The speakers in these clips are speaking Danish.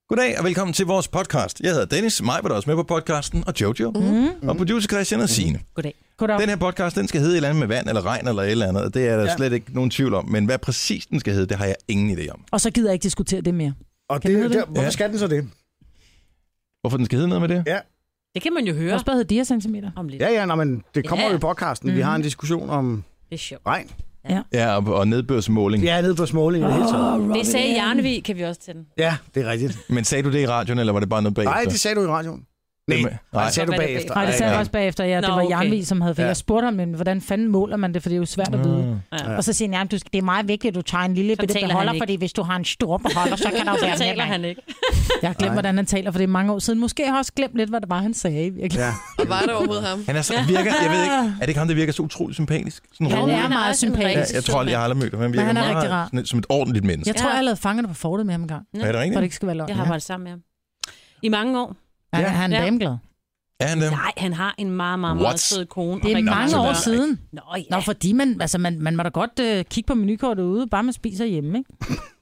Goddag og velkommen til vores podcast. Jeg hedder Dennis, mig var der også med på podcasten, og Jojo, og producer Christian og Signe. Goddag. Den her podcast, den skal hedde et eller andet med vand eller regn eller et eller andet. Det er der slet ikke nogen tvivl om, men hvad præcis den skal hedde, det har jeg ingen idé om. Og så gider jeg ikke diskutere det mere. Og hvorfor skal den så det? Hvorfor den skal hedde noget med det? Ja. Det kan man jo høre. Også bare hedde diacentimeter. Om lidt. Ja, men det kommer jo i podcasten. Vi har en diskussion om Det er sjovt. regn. Ja, og nedbørsmåling. Ja, nede på småling i det hele taget. Det sagde Jarnevig, kan vi også til den. Ja, det er rigtigt. Men sagde du det i radioen, eller var det bare noget bagefter? Nej, det sagde du i radioen. Nej, det sagde du bagefter. Nej, det sagde jeg også bagefter. Ja, det Nå, var okay. Jarnvig, som havde... For jeg spurgte ham, men hvordan fanden måler man det? For det er jo svært at vide. Ja. Og så siger han, det er meget vigtigt, at du tager en lille bitte taler beholder, han ikke. fordi hvis du har en stor beholder, så kan der jo Så være taler mere. han ikke. Jeg har glemt, hvordan han taler, for det er mange år siden. Måske har jeg også glemt lidt, hvad det var, han sagde. Virkelig. Ja. Og var det overhovedet ham? Han er så, virker, jeg ved ikke, er det ikke ham, der virker så utroligt sympatisk? Sådan Han rolig? er meget også en sympatisk. rigtig Jeg tror aldrig, jeg har aldrig mødt ham. Han virker han er rigtig meget rar. sådan, som et ordentligt menneske. Jeg tror, jeg lavede fangerne på fortet med ham en gang. Er det For rigtigt? det ikke skal være løgn. Jeg har arbejdet sammen med ham. I mange år. Ja, han er Ja. dameglad. Er han det? Nej, han har en meget, meget, What? meget sød kone. Det er mange år nej. siden. Nå, ja. Nå, fordi man må da godt kigge på menukortet ude, bare man spiser hjemme, ikke?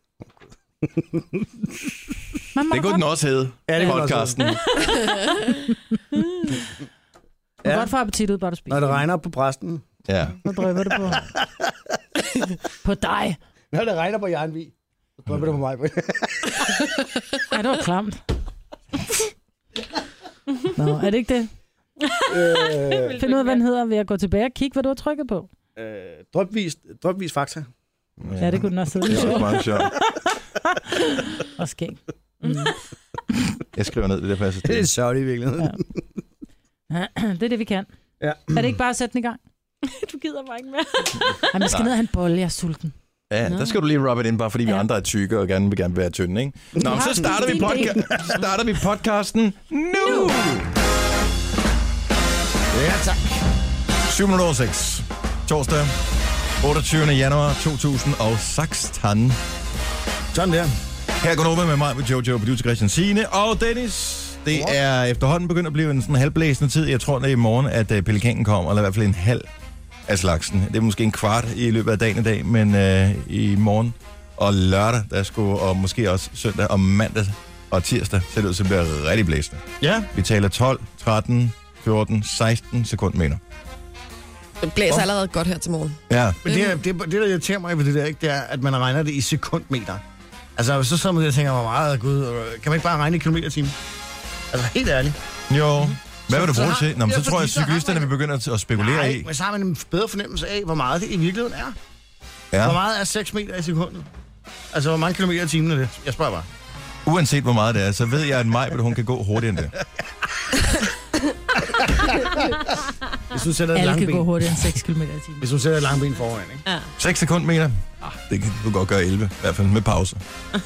Det kunne den også hedde, Ja, det kunne den også podcasten. Du kan godt få appetit ud, bare du spiser. Når det regner på præsten. Ja. Hvad drømmer du på? På dig. Når det regner på Jarnvig. Så drømmer det på mig. Ja, det var klamt. Nå, er det ikke det? Find ud af, hvad den hedder, ved at gå tilbage og kigge, hvad du har trykket på. Drypvis fakta. Ja, det kunne den også Det hedde. er også meget sjovt. Og skæg. Jeg skriver ned, det der passer Det er til. sørgeligt i virkeligheden. Ja. Det er det, vi kan. Ja. Er det ikke bare at sætte den i gang? Du gider mig ikke mere. Ej, man skal ned og have en bolle, jeg er sulten. Ja, der skal du lige rubbe it ind, bare fordi vi andre er tykke og gerne vil være tynde, ikke? Nå, men så starter vi podcasten nu! Ja, tak. 7:06. Torsdag, 28. januar 2016. Sådan der. Her går over med mig, med Jojo, producer Christian Signe og Dennis. Det er efterhånden begyndt at blive en sådan halvblæsende tid. Jeg tror, det er i morgen, at pelikanen kommer, eller i hvert fald en halv af slagsen. Det er måske en kvart i løbet af dagen i dag, men i morgen og lørdag, og måske også søndag og mandag og tirsdag, ser det ud til at blive rigtig blæsende. Ja. Vi taler 12, 13, 14, 16 sekundmeter. Det blæser allerede godt her til morgen. Ja. Men det, der irriterer mig ved det der, ikke, det er, at man regner det i sekundmeter. Altså, så man det og tænker, hvor meget, gud, kan man ikke bare regne i kilometer-time? Altså, helt ærligt. Jo. Hvad vil du Så bruge har- til? Nå, men Ja, så tror jeg, fordi at så har cyklisterne man- vil begynde at spekulere Nej, i. men så har man en bedre fornemmelse af, hvor meget det i virkeligheden er. Ja. Hvor meget er 6 meter i sekundet? Altså, hvor mange kilometer i timen er det? Jeg spørger bare. Uanset hvor meget det er, så ved jeg, at hun kan gå hurtigere end det. Hvis du sætter et Alle langt kan gå ben. hurtigere end 6 km i timen. Hvis du sætter et langt ben foran, ikke? Ja. 6 sekundmeter? Det kan du godt gøre 11, i hvert fald med pause.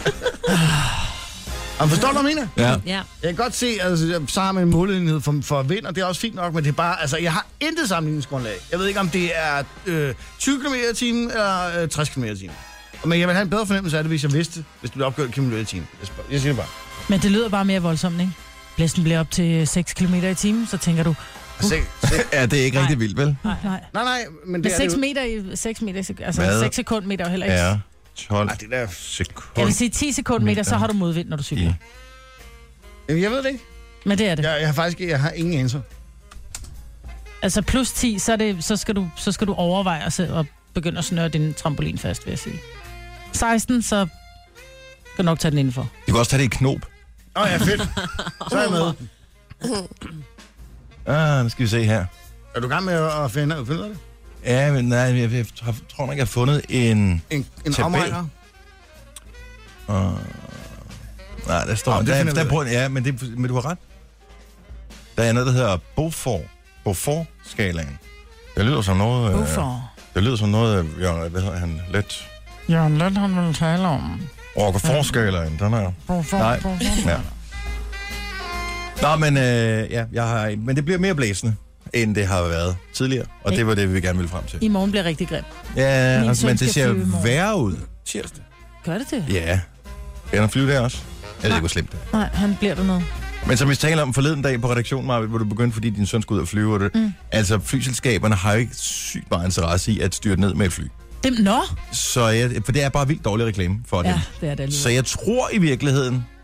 Og forstår du, hvad jeg mener? Ja. Ja. Jeg kan godt se, altså, så har man en måleenhed for vind, og det er også fint nok, men det er bare, altså, jeg har intet sammenligningsgrundlag. Jeg ved ikke, om det er 20 km i timen eller 60 km i timen. Men jeg vil have en bedre fornemmelse af det, hvis jeg vidste, hvis du blev opgjort kilometer i timen. Jeg siger det bare. Men det lyder bare mere voldsomt, ikke? Blæsten bliver op til 6 km i timen, så tænker du, Ja, det er ikke rigtig vildt, vel? nej. Nej, men Men det er 6 det jo. meter, altså Hvad? 6 sekundmeter er jo heller ikke. Ja, 12 Ej, det der... Jeg sekunder. vil sige 10 sekundmeter, så har du modvind, når du cykler. Jamen, jeg ved det ikke. Men det er det. Jeg har ingen anelse. Altså plus 10, så skal du overveje at begynde at snøre din trampolin fast, vil jeg sige. 16, så skal du nok tage den indenfor. Du kan også tage det i knop. Ja, fedt. Så er jeg med. Nu skal vi se her. Er du i gang med at finde det? Ja, men nej, jeg tror nok, jeg har fundet en En tabel. omregner? Nej, der står... det finder vi ud af. Ja, men du har ret. Der er noget, der hedder Beaufort-skalaen. Det lyder som noget... Hvorfor? Det lyder som noget... hvad hedder han? Let... Jørgen Let, han vil tale om. Roquefort-skalaen, den her. Nej. Ja. Nå, men, men det bliver mere blæsende, end det har været tidligere. Og det var det, vi gerne ville frem til. I morgen bliver rigtig grimt. Ja, Min søn men skal det ser flyve i morgen. værre ud. Tirsdag. Gør det det? Ja. Kan han flyve der også? Jeg ved ikke, hvor slemt det er. Nej, han bliver der noget. Men som vi talte om forleden dag på redaktionen, Marvind, hvor du begyndte, fordi din søn skulle ud og flyve. Og det. Altså, flyselskaberne har jo ikke sygt meget interesse i at styre ned med et fly. Nå? Så for det er bare vildt dårlig reklame for det. Ja, det er det alligevel. Så jeg tror i virkeligheden,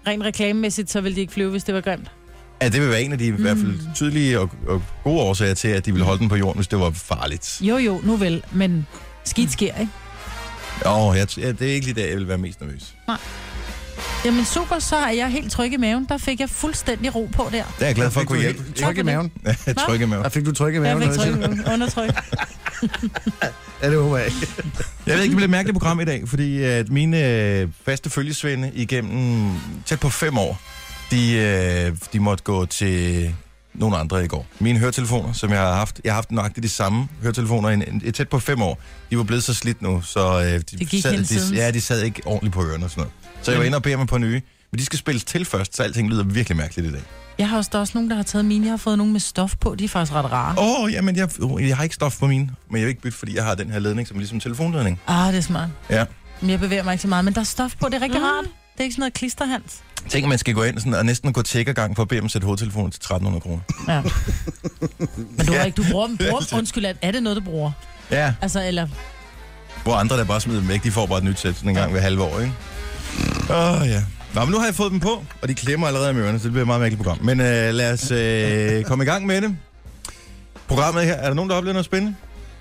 rent reklamemæssigt, så ville de ikke flyve, hvis det var grimt. Ja, det vil være en af de i hvert fald tydelige og gode årsager til, at de ville holde den på jorden, hvis det var farligt. Jo, nu vel, men skidt sker, ikke? Det er ikke lige der, jeg vil være mest nervøs. Nej. Jamen super, så er jeg helt tryg i maven. Der fik jeg fuldstændig ro på der. Det er jeg glad for at kunne hjælpe. Tryk i maven. Tryk i maven. Der fik du tryk i maven. Jeg fik tryk, undertryk. Ja, det håber jeg ikke. Jeg ved ikke, det bliver et mærkeligt program i dag, fordi at mine faste følgesvende igennem tæt på 5 år, de måtte gå til nogle andre i går. Mine høretelefoner, som jeg har haft nøjagtigt de samme høretelefoner i tæt på 5 år, de var blevet så slidt nu, så de sad ikke ordentligt på ørerne og sådan noget. Så jeg var inde og beder mig på nye, men de skal spilles til først, så alting lyder virkelig mærkeligt i dag. Jeg har også nogen, der har taget mine. Jeg har fået nogle med stof på. De er faktisk ret rare. Jamen jeg har ikke stof på mine, men jeg vil ikke bytte, fordi jeg har den her ledning, som er ligesom telefonledning. Det er smart. Ja. Men jeg bevæger mig ikke så meget, men der er stof på. Det er rigtig rart. Det er ikke sådan noget klisterhans. Tænk, man skal gå ind sådan, og næsten gå tjekkergang for at bede dem sætte hovedtelefonen til 1.300 kroner. Ja. Men du bruger dem. Undskyld, er det noget, du bruger? Ja. Altså, eller... Hvor andre, der bare smider dem væk, de får bare et nyt sæt sådan en gang hver halve år, ikke? Ja. Nå, men nu har jeg fået dem på, og de klemmer allerede med ørerne, så det bliver et meget mærkeligt program. Men lad os komme i gang med det. Programmet her, er der nogen, der oplever noget spændende?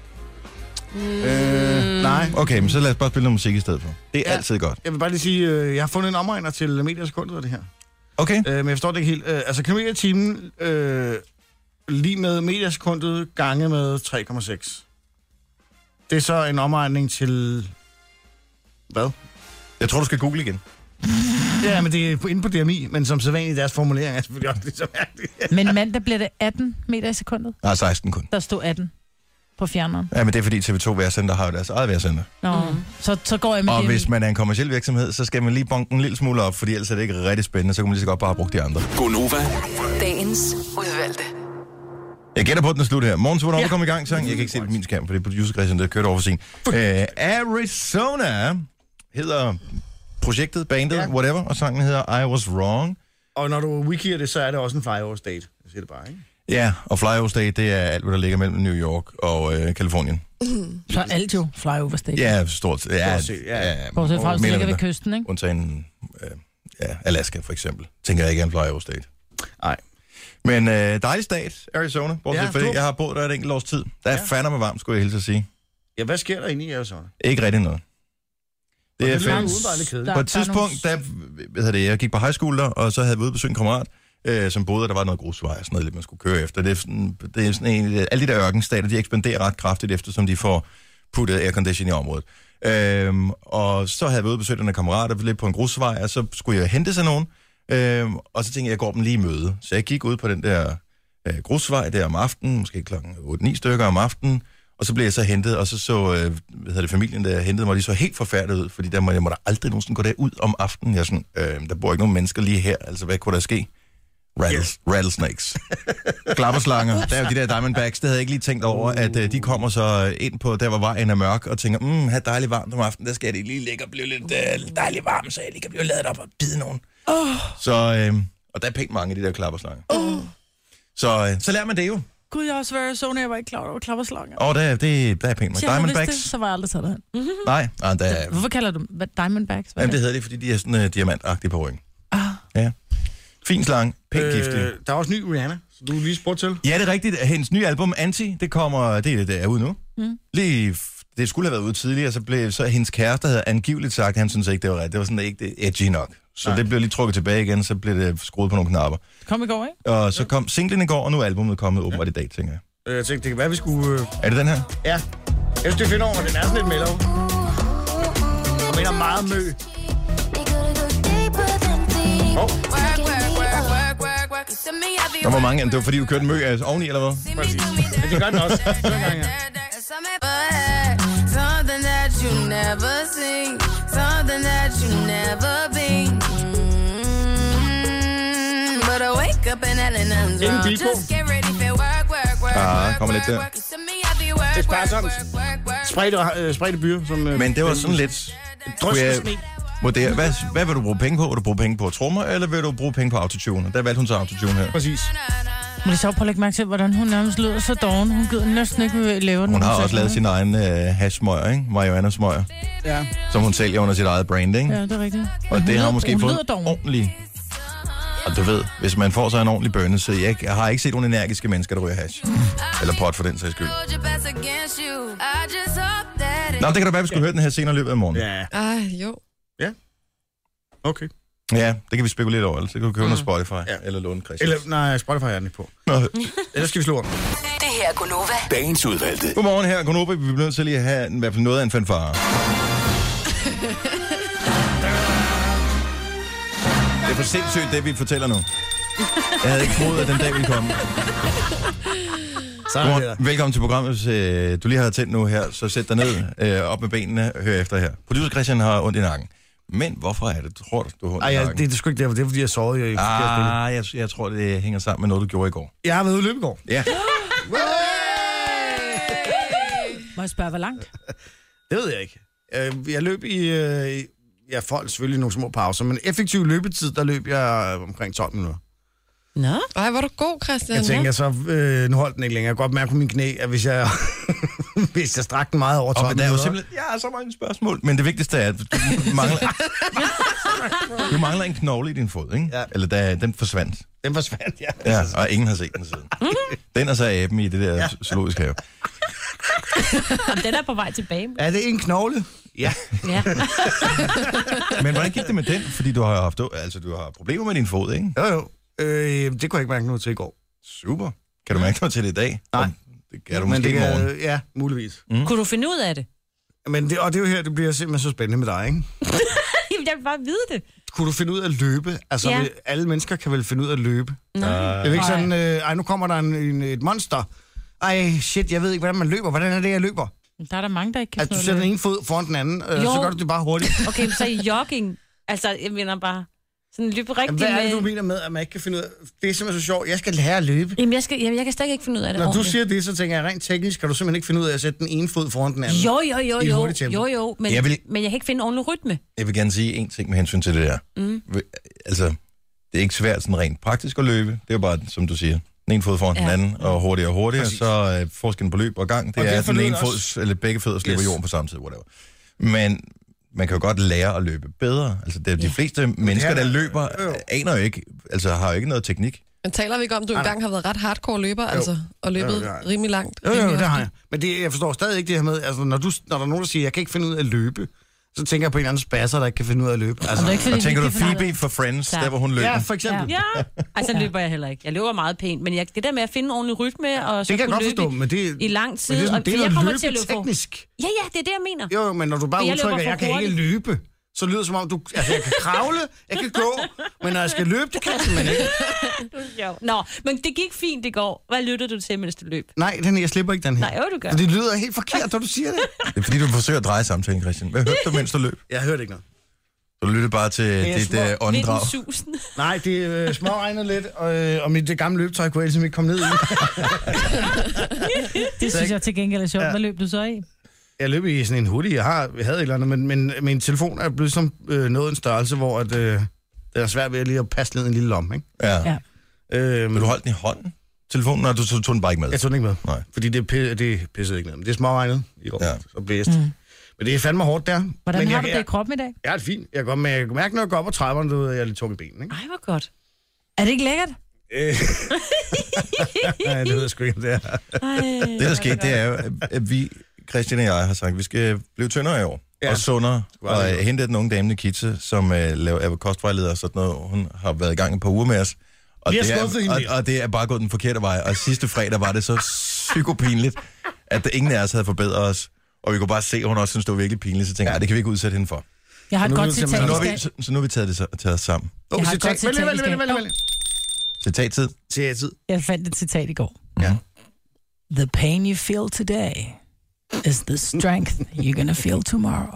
Nej. Okay, men så lad os bare spille noget musik i stedet for. Det er altid godt. Jeg vil bare lige sige, jeg har fundet en omregner til metersekundet af det her. Okay. Men jeg forstår det ikke helt. Kilometer i timen lige med metersekundet gange med 3,6. Det er så en omregning til... Hvad? Jeg tror, du skal google igen. Ja, men det er inde på DMI, men som sædvanligt deres formulering er selvfølgelig også lidt så mærkeligt. Men mandag bliver det 18 meter i sekundet. Nej, 16 kun. Der stod 18 på fjerneren. Ja, men det er fordi TV2 Vejrcenter har jo deres eget vejrcenter. Så går jeg med og DMI. Hvis man er en kommerciel virksomhed, så skal man lige bonke en lille smule op, fordi ellers er det ikke rigtig spændende, så kan man lige så godt bare bruge de andre. Gonova. Dagens udvalgte. Jeg gætter på, at den er slut her. Morgen, så hvornår vi kommer i gang, sang? Jeg kan ikke se det på min skærm, for det er producer Christian, der kørte over for sin. Arizona hedder projektet, bandet, whatever, og sangen hedder I Was Wrong. Og når du wikier det, så er det også en flyover state. Jeg siger det bare, ikke? Ja, og flyover state, det er alt, hvad der ligger mellem New York og Kalifornien. Så er alt jo flyover state. Ja, stort. Ja, bortset fra, at det ligger ved kysten, ikke? Undtagen Alaska, for eksempel. Tænker jeg ikke er en flyover state. Nej. Men dejlig stat, Arizona, bortset fra det. Jeg har boet der et enkelt års tid. Der er fandme varmt, skulle jeg hilse at sige. Ja, hvad sker der inde i Arizona? Ikke rigtig noget. Det er fandme. På et tidspunkt, jeg gik på high school der, og så havde vi ude besøgt en kammerat, som boede, der var noget grusvej og sådan noget, man skulle køre efter. Det er sådan en, alle de der ørkenstater, de ekspanderer ret kraftigt, eftersom de får puttet aircondition i området. Og så havde vi ude besøgt en kammerat, der var lidt på en grusvej, og så skulle jeg hente sig nogen, og så tænkte jeg går dem lige i møde. Så jeg gik ud på den der grusvej der om aftenen, måske klokken 8-9 stykker om aftenen, og så blev jeg så hentet, og så familien, der hentede mig, de så helt forfærdet ud, fordi jeg må da aldrig nogensinde gå derud om aftenen. Jeg sådan, der bor ikke nogen mennesker lige her, altså hvad kunne der ske? Rattlesnakes. Klapperslanger. Der er jo de der Diamondbacks, det havde jeg ikke lige tænkt over, at de kommer så ind på, der hvor vejen er mørk, og tænker, have dejligt varmt om aftenen, der skal det lige ligge og blive lidt dejligt varmt, så jeg lige kan blive ladet op og bide nogen. Så, og der er pænt mange af de der klapperslanger. Så lærer man det jo. Gud, jeg har også været i Arizona, jeg var ikke klar over klapperslanger. Der er pænt med Diamondbacks. Så var jeg aldrig taget derhen. Nej, hvorfor kalder du dem Diamondbacks? Jamen, det hedder det, fordi de er sådan diamantagtige på ryggen. Ja. Fin slange, pænt giftig. Der er også ny Rihanna, så du lige spurgte til. Ja, det er rigtigt. Hendes nye album, Anti, det er ude nu. Det skulle have været ude tidligere, så hendes kæreste havde angiveligt sagt, at han synes ikke, det var rigtigt. Det var sådan ikke edgy nok. Så det blev lige trukket tilbage igen, så blev det skruet på nogle knapper. Kom i går, ikke? Og så kom singlen i går, og nu er albumet kommet åbenbart i dag, tænker jeg. Jeg tænkte, det kan være, vi skulle... Er det den her? Ja. Jeg synes, det er fedt over, den er sådan lidt mellow. Jeg mener meget mø. Og hvor mange? Det var fordi, du kørte mø oveni, eller hvad? Præcis. Men det gør den også. Something that you never seen, something that you never been. But I wake up and nothing's wrong. Just get ready for work. Kommer lidt der. Det er sparsomt. Spredte byer. Men det var sådan lidt... Hvad vil du bruge penge på? Vil du bruge penge på trommer, eller vil du bruge penge på autotune? Der valgte hun så autotune her. Præcis. Men det er så på at lægge mærke til, hvordan hun nærmest lyder så doven. Hun gider næsten ikke lave den. Hun har også lavet sin egen hashmøger, ikke? Marihuana-smøger. Ja. Som hun sælger under sit eget brand, ikke? Ja, det er rigtigt. Og det har måske fået ordentlig Og du ved, hvis man får sig en ordentlig bønne, så jeg har ikke set nogle energiske mennesker, der ryger hash. Eller pot for den sags skyld. Nå, det kan da være, vi skulle høre den her senere i løbet af morgenen. Ja. Jo. Okay. Ja, det kan vi spekulere over. Så kan du købe noget Spotify eller låne Christian. Eller, nej, Spotify er den ikke på. Nå. Ellers skal vi slå om. Det her er Gunova. Dagens udvalgte. Godmorgen her, Gunova. Vi bliver nødt til lige at have i hvert fald noget af en fanfare. Det er for sindssygt, det vi fortæller nu. Jeg havde ikke troet, at den dag ville komme. Velkommen til programmet. Hvis du lige har tændt nu her, så sæt dig ned, op med benene, hør efter her. Producer Christian har ondt i nakken. Men hvorfor er det, tror du har ondt i nakken? Det er sgu ikke derfor. Det er, fordi jeg sov i jeg tror, det hænger sammen med noget, du gjorde i går. Jeg har været ude løbe i går. Ja. Må jeg spørge, hvor langt? Det ved jeg ikke. Jeg løb i... Jeg får selvfølgelig nogle små pauser, men effektiv løbetid, der løb jeg omkring 12 minutter. Nå? Ej, hvor er du god, Christian. Jeg tænker så, nu holdt den ikke længere. Jeg kan godt mærke på mine knæ, at hvis jeg strakte den meget over 12 minutter... Der er jo simpelthen... Ja, så mange spørgsmål. Men det vigtigste er, at du mangler en knogle i din fod, ikke? Ja. Eller den forsvandt. Den forsvandt, ja. Ja, og ingen har set den siden. Den er så aben i det der zoologiske have. Den er på vej tilbage. Er det en knogle? Ja. Men hvordan gik det med den? Fordi du har haft problemer med din fod, ikke? Jo. Det kunne jeg ikke mærke noget til i går. Super. Kan du mærke noget til det i dag? Nej. Det kan du måske i morgen. Ja, muligvis. Kunne du finde ud af det? Men det er jo her, det bliver simpelthen så spændende med dig, ikke? Jeg vil bare vide det. Kunne du finde ud af at løbe? Altså, alle mennesker kan vel finde ud af at løbe? Nej. Det er ikke sådan, nu kommer der et monster. Ej, shit, jeg ved ikke, hvordan man løber. Hvordan er det, jeg løber? Der er der mange, der ikke kan finde ud af det. Du sætter den ene fod foran den anden, så gør du det bare hurtigt. Okay, så jogging. Altså, jeg mener bare... Sådan løbe rigtigt hvad er det, du mener med, at man ikke kan finde ud af... Det er simpelthen så sjovt. Jeg skal lære at løbe. Jamen, jeg kan stadig ikke finde ud af det. Når du siger det, så tænker jeg, rent teknisk kan du simpelthen ikke finde ud af at sætte den ene fod foran den anden. Jo, men jeg kan ikke finde ordentlig rytme. Jeg vil gerne sige en ting med hensyn til det der. Altså, det er ikke svært sådan rent praktisk at løbe. Det er jo bare, som du siger, den ene fod foran den anden, og hurtigere. Præcis. Så forskellen på løb og gang, det er, at den ene fod, eller begge fødder slipper jorden på samme tid, whatever. Men man kan jo godt lære at løbe bedre. Altså, de fleste mennesker, der løber, aner jo ikke, altså har jo ikke noget teknik. Men taler vi ikke om, at du engang har været ret hardcore løber, altså, og løbet rimelig langt? Jo, det har jeg. Men jeg forstår stadig ikke det her med, altså, når der er nogen, der siger, at jeg kan ikke finde ud af at løbe, så tænker jeg på en eller anden spasser, der ikke kan finde ud af at løbe. Altså, og tænker du Phoebe fra Friends, der hvor hun løber? Ja, for eksempel. Ja. Altså, løber jeg heller ikke. Jeg løber meget pænt, men det der med at finde en ordentlig rytme, og så det kan kunne jeg løbe godt forstå, men det, i lang tid. Men det er jeg løbe teknisk. Ja, det er det, jeg mener. Jo, men når du bare udtrykker, at jeg kan ikke løbe, så lyder det som om, jeg kan kravle, jeg kan gå, men når jeg skal løbe, det kan jeg simpelthen ikke. Nå, men det gik fint i går. Hvad lyttede du til, mens du løb? Nej, jeg slipper ikke den her. Nej, du gør. For det lyder helt forkert, når du siger det. Det er fordi, du forsøger at dreje samtalen, Christian. Hvad hørte du, mens du løb? Jeg hørte ikke noget. Så du lyttede bare til dit åndedrag? Nej, det småregnede lidt, og mit gamle løbetøj kunne jeg ikke komme ned i. Det synes jeg til gengæld er sjovt. Hvad løb du så i? Jeg løb i sådan en hoodie, jeg havde et eller andet, men min telefon er blevet som nået en størrelse, hvor det er svært ved at lige at passe ned en lille lomme, ikke? Ja. Men du holdt den i hånden, telefonen, og du tog den bare ikke med? Jeg tog den ikke med, nej. Fordi det pissede ikke ned. Men det er småregnet i går, så blæst. Men det er fandme hårdt der. Hvordan har du det i kroppen i dag? Jeg er fint. Jeg kan mærke, når jeg går op ad trapperne, jeg er lidt tung i benene, ikke? Ej, hvor godt. Er det ikke lækkert? Nej, det ved jeg sgu ikke, det er. Det, der skete, det er jo, at vi, Christian og jeg, har sagt, at vi skal blive tyndere i år. Og sundere. Og hente den unge dame, Nikita, som laver kostvejleder og sådan noget. Hun har været i gang et par uger med os. Og det er bare gået den forkerte vej. Og sidste fredag var det så psykopinligt, at ingen af os havde forbedret os. Og vi kunne bare se, at hun også synes, det var virkelig pinligt. Så tænkte jeg, det kan vi ikke udsætte hende for. Jeg har et godt citat. Så nu har vi taget os sammen. Jeg har et godt citat. Citat-tid. Jeg fandt et citat i går. Ja. The pain you feel today is the strength you're gonna feel tomorrow.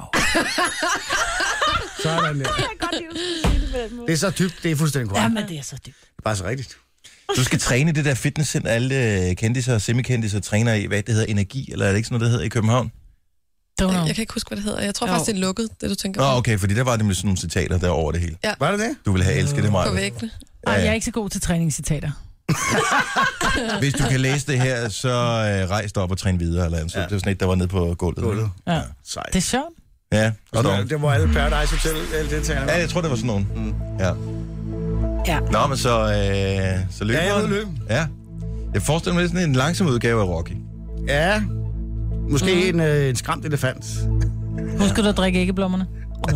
Sådan der. Det er så dybt, det er fuldstændig korrekt. Jamen, det er så dybt. Det er bare så rigtigt. Du skal træne det der fitnesscenter, alle kendiser og semikendisser træner i, hvad det hedder, energi, eller er det ikke sådan noget, det hedder i København? Jeg kan ikke huske, hvad det hedder. Jeg tror faktisk, det er lukket, det du tænker på. Okay, fordi der var det med sådan nogle citater der over det hele. Ja. Var det det? Du ville have elsket det meget. På væggene. Ej, jeg er ikke så god til træningscitater. Hvis du kan læse det her, så rejs dig op og træn videre. Eller så. Det var sådan et, der var nede på gulvet. Ja. Sejt. Det er sjovt. Ja. Og det var alle Paradise Hotel deltagerne. Ja, jeg tror, det var sådan nogen. Ja. Ja. Nå, men så løber Ja, jeg ved løb. Ja. Jeg forestiller mig sådan en langsom udgave af Rocky. Ja. Måske en skræmt elefant. Husk du at drikke æggeblommerne?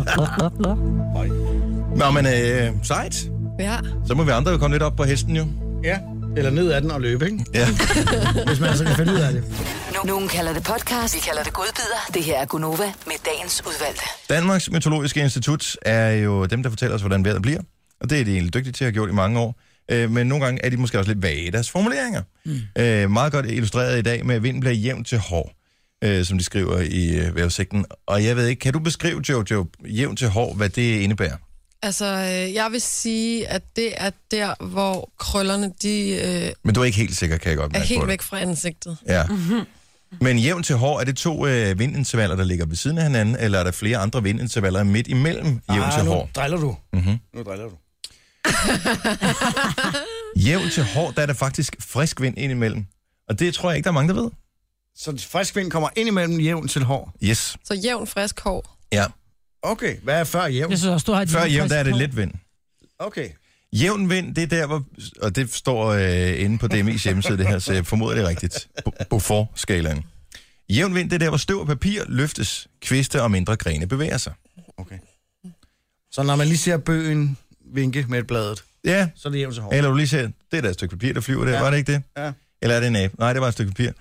Nå, men sejt. Ja. Så må vi andre jo komme lidt op på hesten jo. Ja. Eller ned ad den og løbe, ikke? Ja. Hvis man altså kan finde ud af det. Nogen kalder det podcast, vi kalder det godbider. Det her er Gunova med dagens udvalgte. Danmarks Meteorologiske Institut er jo dem, der fortæller os, hvordan vejret bliver. Og det er de egentlig dygtige til at have gjort i mange år. Men nogle gange er de måske også lidt vage i deres formuleringer. Meget godt illustreret i dag med, at vinden bliver jævnt til hård, som de skriver i vejrudsigten. Og jeg ved ikke, kan du beskrive, Jojo, jævnt til hård, hvad det indebærer? Altså, jeg vil sige, at det er der, hvor krøllerne, de Men du er ikke helt sikker, kan jeg godt er mærke på helt det. væk fra ansigtet. Ja. Men jævnt til hård, er det 2 vindintervaller, der ligger ved siden af hinanden, eller er der flere andre vindintervaller midt imellem jævnt til hård? Nu driller du. Mm-hmm. Nu driller du. Jævnt til hård, der er der faktisk frisk vind indimellem. Og det tror jeg ikke, der er mange, der ved. Så frisk vind kommer ind imellem jævn til hård. Yes. Så jævn, frisk hår. Ja. Okay, hvad er før jævn? Jeg synes også, du har et Før lille jævnt, der er det frisk let vind. Okay. Jævn vind, det er der, hvor... Og det står inde på DMI's hjemmeside, det her, så jeg formoder det er rigtigt. Beaufort-skalaen. Jævn vind, det er der, hvor støv og papir løftes, kviste og mindre grene bevæger sig. Okay. Så når man lige ser bøgen vinke med et bladet, Ja, så er det jævn til hård. eller du lige ser, det er der et stykke papir, der flyver der, Ja. var det ikke det? Ja. Eller er det en abe? Nej, det var et stykke papir.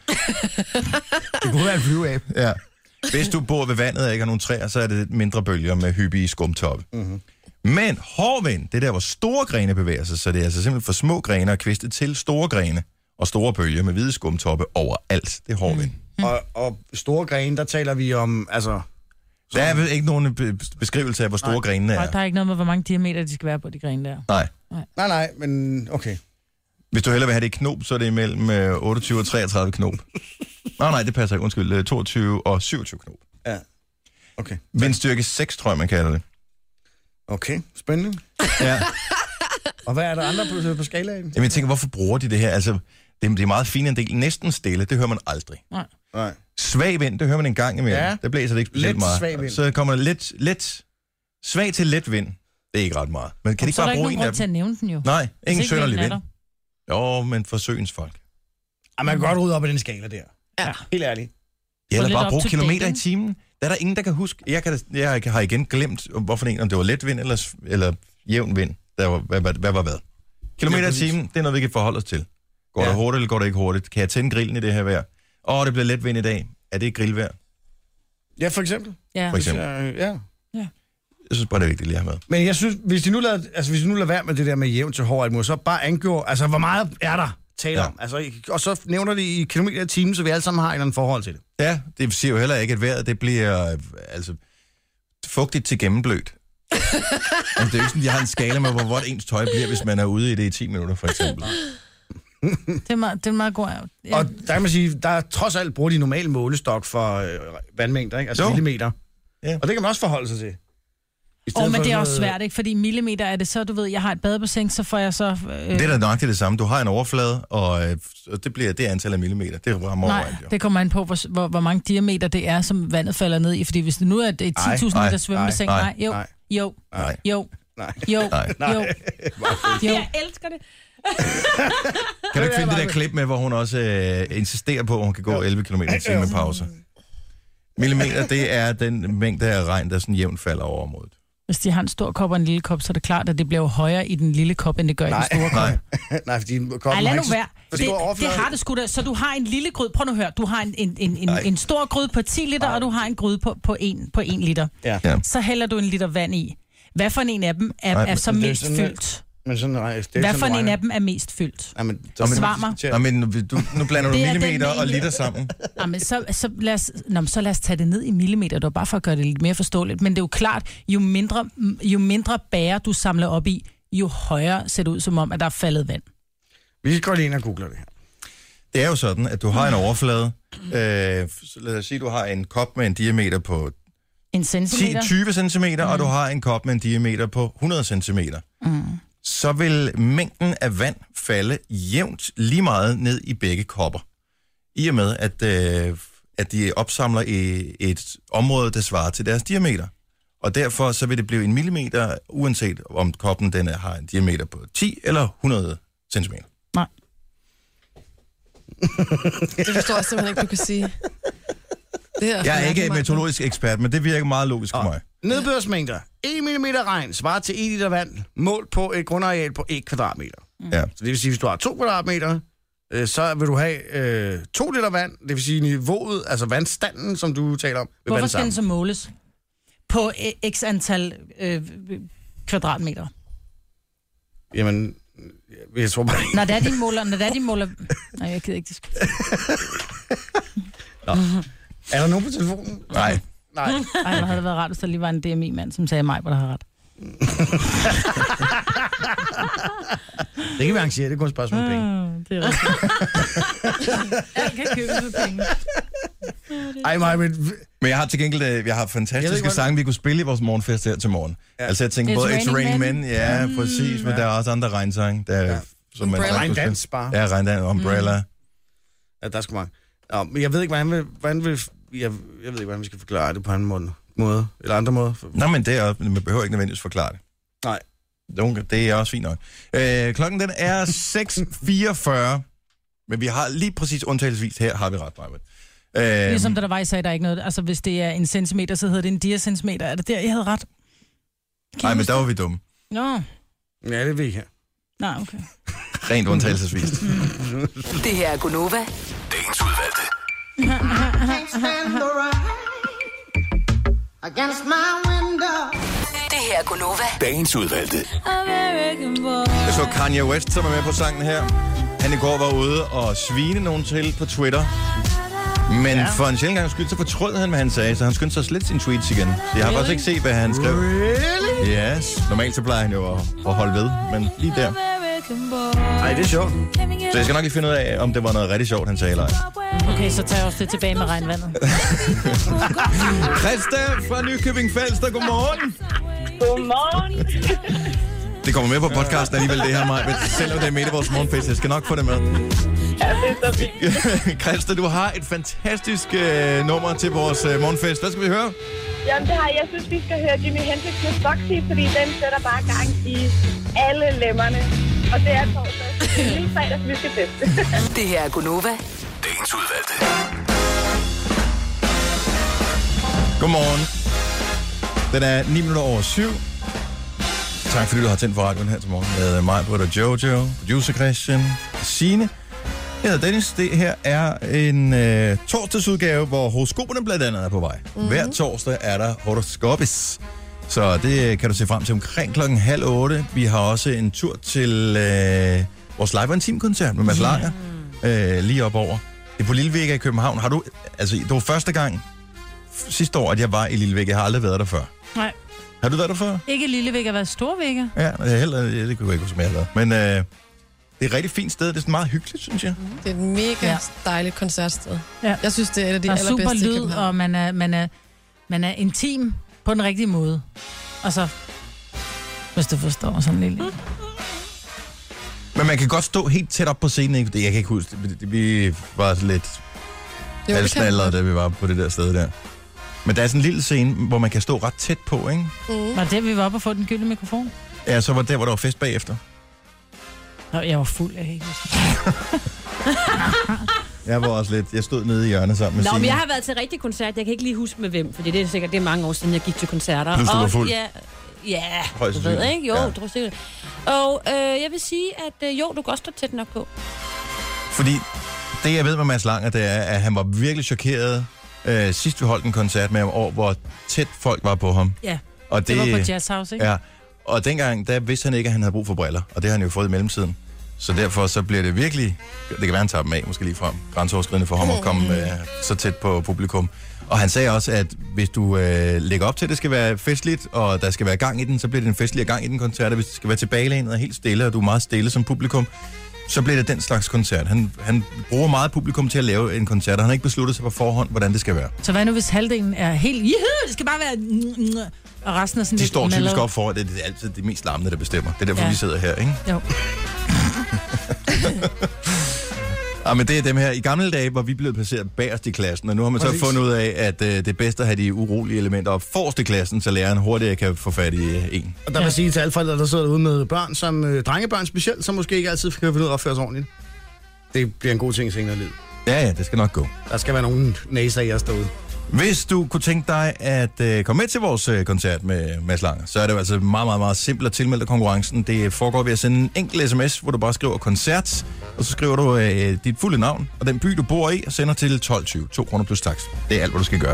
Det kunne være en flyveab. Ja. Hvis du bor ved vandet og ikke har nogen træer, så er det mindre bølger med hyppige skumtoppe. Mm-hmm. Men hård vind, det er der, hvor store grene bevæger sig, så det er altså simpelthen for små grene og kviste til store grene og store bølger med hvide skumtoppe overalt. Det er hård vind. Og store grene, der taler vi om, altså... Der er vel ikke nogen beskrivelse af, hvor store grenene Og er. der er ikke noget med, hvor mange diameter de skal være på de grene der. Nej. Nej, men okay. Hvis du hellere vil have det i knop, så er det imellem 28 og 33 knop. Nej, det passer ikke. Undskyld. 22 og 27 knop. Ja. Okay. Vindstyrke 6, tror jeg, man kalder det. Okay, spændende. Ja. Og hvad er der andre på skalaen? Jamen, jeg tænker, hvorfor bruger de det her? Altså, det er meget fint en del. Næsten stille, det hører man aldrig. Nej. Svag vind, det hører man en gang imellem. Ja. Der blæser det ikke specielt Let meget. svag vind. Så kommer der lidt svag til let vind. Det er ikke ret meget. Men kan de ikke Så er der bare ikke bruge nogen en af grund til dem? at nævne den jo. Nej, ingen Hvis ikke sønderlig vinden er vind. Jo, men for søens folk. Ja, man kan godt rydde op i den skala der. Ja. Helt ærligt. Eller lidt bare up bruge to kilometer date, i timen. Der er der ingen, der kan huske. Jeg har igen glemt, hvorfor en, om det var let vind eller jævn vind. Hvad var hvad? Kilometer i timen, det er noget, vi kan forholde os til. Går det hurtigt, eller går det ikke hurtigt? Kan jeg tænde grillen i det her vejr? Det bliver let vind i dag. Er det grillvejr? Ja, for eksempel. Ja. For eksempel. Ja. Jeg synes bare, det er vigtigt lige at have med. Men jeg synes, hvis de nu lader være med det der med jævn til hård, må så bare angå, altså hvor meget er der tale om? Altså, og så nævner det i kilometer i timen, så vi alle sammen har et eller andet forhold til det. Ja, det siger jo heller ikke, at vejret det bliver fugtigt til gennemblødt. Altså, det er jo ikke sådan, jeg har en skala med, hvor vådt ens tøj bliver, hvis man er ude i det i 10 minutter, for eksempel. Det er en meget god... Ja. Og der kan man sige, der er trods alt bruger de normale målestok for vandmængder, ikke? Altså millimeter. Ja. Og det kan man også forholde sig til. Men det er også svært, ikke? Fordi millimeter er det så, du ved, jeg har et badebassin, så får jeg så... Det er da nok det samme. Du har en overflade, og det er antal af millimeter. Det rammer Nej, overalt, jo. det kommer an på, hvor mange diameter det er, som vandet falder ned i. Fordi hvis det nu er et 10.000 meter svømmebassin, jo. Jeg elsker det. Kan du ikke finde det der klip med, hvor hun også insisterer på, at hun kan gå 11 km i timen med pause? Millimeter, det er den mængde af regn, der sådan jævnt falder over området. Hvis de har en stor kop og en lille kop, så er det klart, at det bliver højere i den lille kop, end det gør i den store kop. Nej, fordi koppen Ej, lad har nu ikke være. Det har det sgu da. Så du har en lille gryde. Prøv nu at høre. Du har en stor gryde på 10 liter, og du har en gryde på 1 liter. Ja. Så hælder du en liter vand i. Hvad for en af dem er så mest fyldt? Men sådan, Hvad for en af dem er mest fyldt? Svar mig. Men nu blander du Det er millimeter den og liter sammen. Jamen, så lad os tage det ned i millimeter. Det var bare for at gøre det lidt mere forståeligt. Men det er jo klart, jo mindre bære du samler op i, jo højere ser det ud som om, at der er faldet vand. Vi skal gå lige ind og google det her. Det er jo sådan, at du har en overflade. Lad os sige, du har en kop med en diameter på En centimeter. 10-20 cm, og du har en kop med en diameter på 100 cm. Så vil mængden af vand falde jævnt lige meget ned i begge kopper. I og med, at de opsamler i et område, der svarer til deres diameter. Og derfor så vil det blive 1 millimeter, uanset om koppen den har en diameter på 10 eller 100 centimeter. Nej. Det forstår jeg simpelthen ikke, du kan sige. Jeg er ikke meteorologisk ekspert, men det virker meget logisk for mig. Nedbørsmængder. 1 mm regn svarer til 1 liter vand, målt på et grundareal på 1 kvadratmeter. Ja. Så det vil sige, hvis du har 2 kvadratmeter, så vil du have 2 liter vand, det vil sige niveauet, altså vandstanden, som du taler om. Hvorfor skal den så måles? På x antal kvadratmeter. Jamen, jeg tror bare... Når det er de måler... Nej, jeg gider ikke diskutere. Er der nogen på telefonen? Nej. Ej, hvor havde det været rart, hvis der lige var en DMI-mand, som sagde mig, hvor der har ret. Det kan vi arrangere, det er kun et spørgsmål om penge. Det er rigtigt. Jeg kan købe for penge. Ej, men jeg har til gengæld jeg har fantastiske sange, vi kunne spille i vores morgenfest her til morgen. Ja. Altså jeg tænker både It's Raining Men, ja, præcis, men der er også andre regnsange. Som man regndans bare. Ja, regndans, Umbrella. Ja, der er sgu mange. Ja, men jeg ved ikke, hvordan vi skal forklare det på en måde, eller andre måder. Nå, men det er, man behøver ikke nødvendigvis forklare det. Nej. Det er også fint nok. Klokken den er 6:44, men vi har lige præcis undtagelsesvis her, har vi ret, Majbert. Ligesom da der var, I sagde, der er ikke noget. Altså, hvis det er en centimeter, så hedder det en diacentimeter. Er det der, I havde ret? Nej, men der var vi dumme. Nå. Ja, det ved jeg. Nej, okay. Rent undtagelsesvis. Det her er Gunova. Dagens udvalgte. Against my window. Det her er Gunova. Dagens udvalgte. Jeg så Kanye West, som er med på sangen her. Han i går var ude og svine nogen til på Twitter. Men for en sjældent gang skyld, så fortrød han, hvad han sagde, så han skyndte sig slet sin tweets igen. Så jeg har faktisk ikke set, hvad han skrev. Really? Yes. Normalt så plejer han jo at holde ved, men lige der. Ej, det er sjovt. Så jeg skal nok lige finde ud af, om det var noget rigtig sjovt, han sagde eller ej. Okay, så tager jeg også det tilbage med regnvandet. Christa fra Nykøbing Falster, godmorgen. Godmorgen. Det kommer med på podcasten alligevel, det her, Maja. Selvom det er midt i vores morgenfest, jeg skal nok få det med. Ja, det er så fint. Christa, du har et fantastisk nummer til vores morgenfest. Hvad skal vi høre? Jamen, det har jeg. Synes, vi skal høre Jimi Hendrix med Foxy, fordi den sætter bare gang i alle lemmerne. Og det er torsdag. Det er lige fredag, vi skal teste. Det her er Gunova. Dagens udvalgte. Godmorgen. Den er 7:09. Tak fordi du har tændt for radioen her til morgen med mig, Britt og Jojo, producer Christian, Signe. Jeg hedder Dennis. Det her er en torsdagsudgave, hvor horoskoperne blandt andet er på vej. Hver torsdag er der horoskopis. Så det kan du se frem til omkring 7:30. Vi har også en tur til vores live- og intimkoncert med Mads Langer. Lige op over. Det er på Lillevægga i København. Har du, altså, det var første gang sidste år, at jeg var i Lillevægga. Jeg har aldrig været der før. Nej. Har du været der før? Ikke Lillevægga, har været Storvægga. Ja, det kunne jeg ikke huske, som jeg har været. Men det er et rigtig fint sted. Det er sådan meget hyggeligt, synes jeg. Det er et mega dejligt koncertsted. Ja. Jeg synes, det er et af de der er allerbedste super i lyd, København. og man er intim på den rigtige måde. Og så, hvis du forstår sådan lidt. Men man kan godt stå helt tæt op på scenen, ikke? Jeg kan ikke huske det. Vi var lidt halvsnallede, da vi var på det der sted der. Men der er sådan en lille scene, hvor man kan stå ret tæt på, ikke? Var det, vi var oppe og få den gyldne mikrofon? Ja, så var det, hvor der var fest bagefter. Jeg var fuld, jeg kan ikke huske. Jeg var også lidt. Jeg stod nede i hjørnet sammen med Nå, Signe. men jeg har været til rigtig koncert. Jeg kan ikke lige huske med hvem, fordi det er sikkert det er mange år siden, jeg gik til koncerter. Plus du var fuld. Ja, Højst du ved, sandsynligt. ikke? Jo, Ja. du var sikkert. Og jeg vil sige, at jo, du kan også stå tæt nok på. Fordi det, jeg ved med Mads Langer, det er, at han var virkelig chokeret sidst vi holdt en koncert med ham over, hvor tæt folk var på ham. Ja, Og det var på Jazz House, ikke? Ja, og dengang, der vidste han ikke, at han havde brug for briller, og det har han jo fået i mellemtiden. Så derfor så bliver det virkelig, det kan være, han tager dem af, måske lige frem, grænseoverskridende for ham at komme så tæt på publikum. Og han sagde også, at hvis du lægger op til, at det skal være festligt, og der skal være gang i den, så bliver det en festlig gang i den koncert. Og hvis det skal være tilbagelænet og helt stille, og du er meget stille som publikum, så bliver det den slags koncert. Han bruger meget publikum til at lave en koncert, og han har ikke besluttet sig på forhånd, hvordan det skal være. Så hvad nu, hvis halvdelen er helt, det skal bare være, og resten er sådan De lidt står typisk mellow? op for, at det er altid det mest larmende, der bestemmer. Det er derfor, vi sidder her, ikke? Jo. men det er dem her. I gamle dage var vi blevet placeret bagerst i klassen, og nu har man så fundet ud af, at det er bedst at have de urolige elementer op forrest i klassen, så læreren hurtigere kan få fat i en. Og der vil sige til alle forældre, der sidder derude med børn, som drengebørn specielt, som måske ikke altid kan finde ud af at opføre sig ordentligt. Det bliver en god ting senere i livet. Ja, det skal nok gå. Der skal være nogen næser i os derude. Hvis du kunne tænke dig at komme med til vores koncert med Mads Langer, så er det jo altså meget, meget, meget simpelt at tilmelde konkurrencen. Det foregår ved at sende en enkelt sms, hvor du bare skriver koncert, og så skriver du dit fulde navn og den by, du bor i, og sender til 12.20. 2 kroner plus takst. Det er alt, hvad du skal gøre.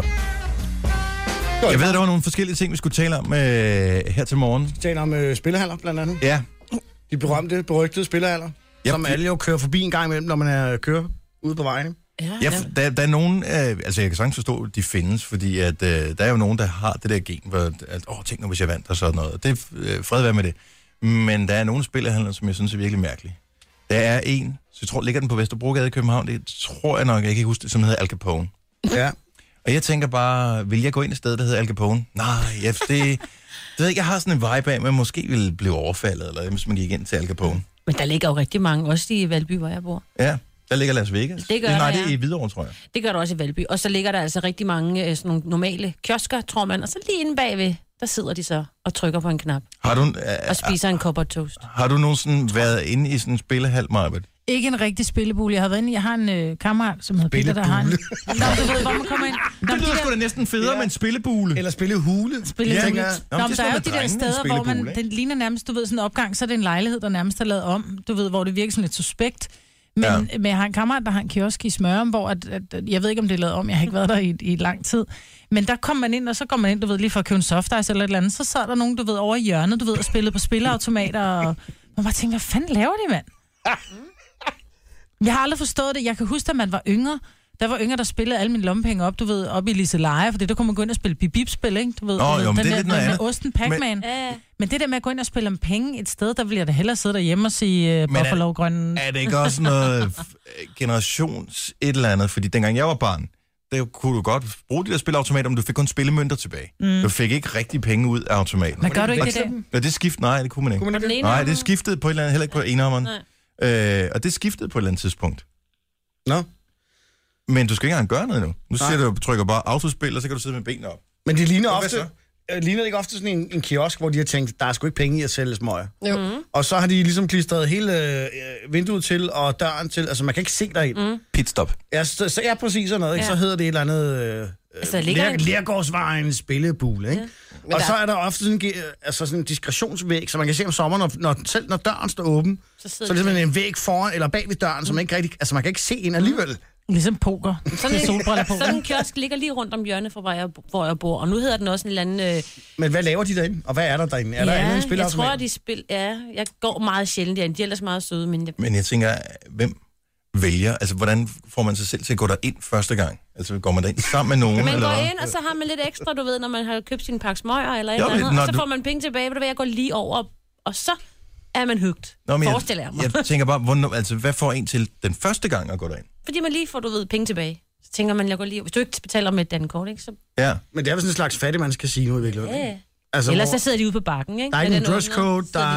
Jeg ved, der var nogle forskellige ting, vi skulle tale om her til morgen. Vi taler om spillehaller, blandt andet. Ja. De berygtede spillehaller, som alle jo kører forbi en gang imellem, når man kører ude på vejene. Ja, der er nogen, altså jeg kan sagtens forstå, at de findes, fordi at, der er jo nogen, der har det der gen, hvor tænk nu, hvis jeg vandt og sådan noget. Det er fred være med det. Men der er nogle spillehandler, som jeg synes er virkelig mærkelige. Der er en, så jeg tror, ligger den på Vesterbrogade i København, det tror jeg nok, jeg kan ikke huske det, som hedder Al Capone. Ja. Og jeg tænker bare, vil jeg gå ind et sted, der hedder Al Capone? Nej, det ved jeg har sådan en vibe af, men måske ville blive overfaldet, eller hvis man gik ind til Al Capone. Men der ligger jo rigtig mange, også i Valby, hvor jeg bor. Ja. Der ligger Las Vegas. Det gør det er i Hvidovre, tror jeg. Det gør der også i Valby. Og så ligger der altså rigtig mange sådan nogle normale kiosker, tror man. Og så lige inde bagved, der sidder de så og trykker på en knap. Har du, og spiser en kop toast. Har du nogensinde været inde i sådan en spillehal, Marbet? Ikke en rigtig spillebule. Jeg har været inde. Jeg har en kammerat, som hedder Peter, der har en... Nå, du ved, hvor man kommer ind. Det lyder sgu da næsten federe med en spillebule. Eller spillehule. Spillehule. Nå, der er jo de der steder, hvor man... Den ligner nærmest, du ved, sådan en opgang, så er det en lejlighed, der nærmest er lavet om. Du ved, hvor det virker sådan lidt suspekt. Men jeg har en kammerat, der har en kiosk i Smørum, hvor jeg ved ikke, om det er lavet om. Jeg har ikke været der i lang tid. Men der kommer man ind, og så går man ind, du ved, lige for at købe en softice eller et eller andet. Så sad der nogen, du ved, over i hjørnet, du ved, og spillede på spilleautomater. Og man bare tænkte, hvad fanden laver de, mand? Jeg har aldrig forstået det. Jeg kan huske, at man var yngre. Der var yngre, der spillede alle mine lommepenge op, du ved, op i Liseleje, for det der kunne man gå ind og spille bip-bip-spil, ikke? Du ved, den der Osten Pac-Man. Men det der med at gå ind og spille om penge et sted, der vil jeg da hellere sidde derhjemme og sige Buffalo Grøn. Er det ikke også noget generations et eller andet? Fordi dengang jeg var barn, der kunne du godt bruge de der spilleautomater, men du fik kun spillemønter tilbage. Du fik ikke rigtig penge ud af automaten. Men gør du ikke det? Ja, det skiftede. Nej, det kunne man ikke. Nej, det skiftede på et eller andet, heller ikke på enarmeren. Og det skiftede på et eller andet tidspunkt. Nå. Men du skal ikke engang gøre noget nu. Nu siger du, trykker bare autospil, og så kan du sidde med benene op. Men det ligner ikke ofte sådan en kiosk, hvor de har tænkt, der er sgu ikke penge i at sælge smøger. Og så har de ligesom klistret hele vinduet til og døren til. Altså, man kan ikke se derind. Pitstop. Ja, så er præcis sådan noget. Ikke? Så hedder det et eller andet Lergårdsvejen spillebule. Ikke? Og så er der ofte sådan en diskretionsvæg, så man kan se om sommeren, når døren står åben, så er det simpelthen en væg foran eller bag ved døren, så man ikke rigtig, altså man kan ikke se ind alligevel. Ligesom poker. Sådan en kiosk ligger lige rundt om hjørnet fra, hvor jeg bor. Og nu hedder den også en eller anden... Men hvad laver de derinde? Og hvad er der derinde? Er der andet end spilleautomat? Jeg tror, jeg går meget sjældent derinde. De er ellers meget søde, Men jeg tænker, hvem vælger? Altså, hvordan får man sig selv til at gå derind første gang? Altså, går man derind sammen med nogen? Man går ind, og så har man lidt ekstra, du ved, når man har købt sin pakke smøger eller et eller andet. Og så får man penge tilbage, ved jeg går lige over, og så er man hugt. Forestiller jeg mig. Jeg tænker bare, hvad får en til den første gang at gå derind? Fordi man lige får, du ved, penge tilbage. Så tænker man, jeg går lige... Hvis du ikke betaler med et dankort, ikke? Så... Ja. Men det er vel sådan en slags fattigmandscasino i virkeligheden. Ja. Altså, ellers så sidder de ude på bakken, ikke? Der er ikke en dresscode, der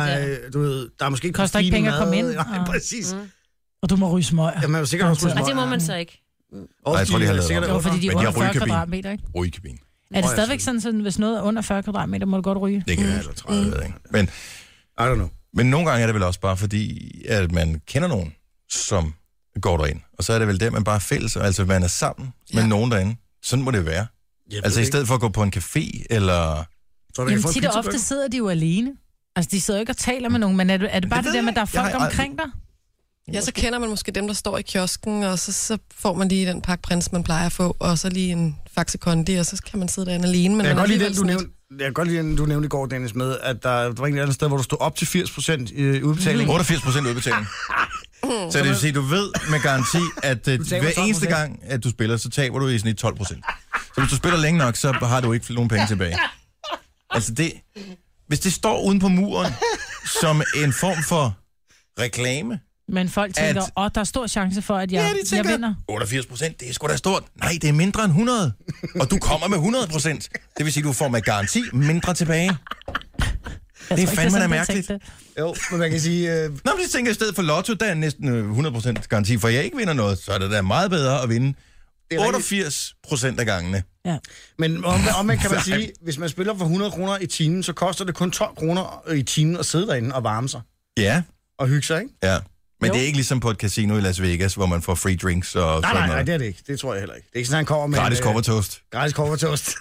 er måske ikke koster ikke penge at komme ind. Ja, præcis. Og du må ryge smøger. Ja, man er sikkert også ryge smøger. Og det må man så ikke. Nej, jeg tror, de har lavet det. Jo, fordi de er under 40 kvadratmeter, ikke? Rygekabine. Er det stadigvæk sådan, hvis noget er under 40 kvadratmeter, må du godt ryge? Det kan være, eller 30, ikke? Men, I don't know. Men nogle gange er det vel også bare fordi, at man kender nogen, som går derind. Og så er det vel det, man bare er fælles, altså man er sammen med nogen derinde. Sådan må det være. Altså i stedet for at gå på en café, eller... Jamen tit og ofte sidder de jo alene. Altså de sidder jo ikke og taler med nogen, men er det bare det der med, at der er folk omkring dig? Ja, så kender man måske dem, der står i kiosken, og så får man lige den pakke prins, man plejer at få, og så lige en Faxe Kondi, og så kan man sidde derinde alene. Men jeg kan godt lide den, du nævnte i går, Dennis, med, at der var ikke et andet sted, hvor du stod op til 80% udbetaling. 88% udbetaling. Så det vil sige, du ved med garanti, at hver eneste gang, at du spiller, så taber du i sådan 12%. Så hvis du spiller længe nok, så har du ikke nogen penge tilbage. Altså det... Hvis det står uden på muren som en form for reklame... Men folk tænker, der er stor chance for, at jeg vinder. 88%, det er sgu da stort. Nej, det er mindre end 100. Og du kommer med 100%. Det vil sige, du får med garanti mindre tilbage. Det er fandme mærkeligt. Jo, men man kan sige... Nå, men jeg tænker, i stedet for lotto, der er næsten 100% garanti for, at jeg ikke vinder noget, så er det da meget bedre at vinde 88% af gangene. Ja. Men omvendt kan man sige, hvis man spiller for 100 kroner i timen, så koster det kun 12 kroner i timen at sidde derinde og varme sig. Ja. Og hygge sig, ikke? Ja. Men det er ikke ligesom på et casino i Las Vegas, hvor man får free drinks og sådan noget. Nej, det er det ikke. Det tror jeg heller ikke. Det er ikke sådan, han kommer med... Gratis covertoast. Gratis covertoast.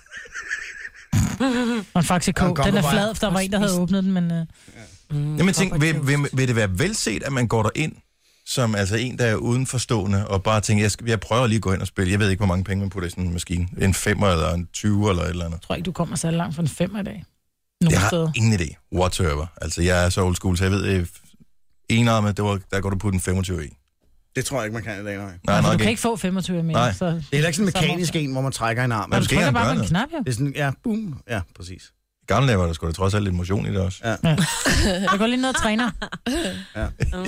Og faktisk den er flad, der var en, der havde åbnet den, men... Jamen tænk, vil det være velset, at man går derind som altså en, der er udenforstående, og bare tænker, jeg prøver lige at gå ind og spille. Jeg ved ikke, hvor mange penge man putter i sådan en maskine. En 5'er eller en 20'er eller et eller andet. Jeg tror ikke, du kommer så langt for en 5'er i dag. Jeg har ingen idé. Whatsoever. Altså, jeg er så old school, så jeg ved, enarmet, der går du på den 25 i. Det tror jeg ikke, man kan i dag, nej. Du kan ikke få 25 mere. Nej. Så, det er heller ikke sådan en mekanisk en, hvor man trækker en arm. Du trykker bare på en knap, jo. Det er sådan, ja, boom. Ja, præcis. I gamle dage var der sgu da trods alt lidt motion i det også. Ja. Jeg går lige ned og træner. Ja.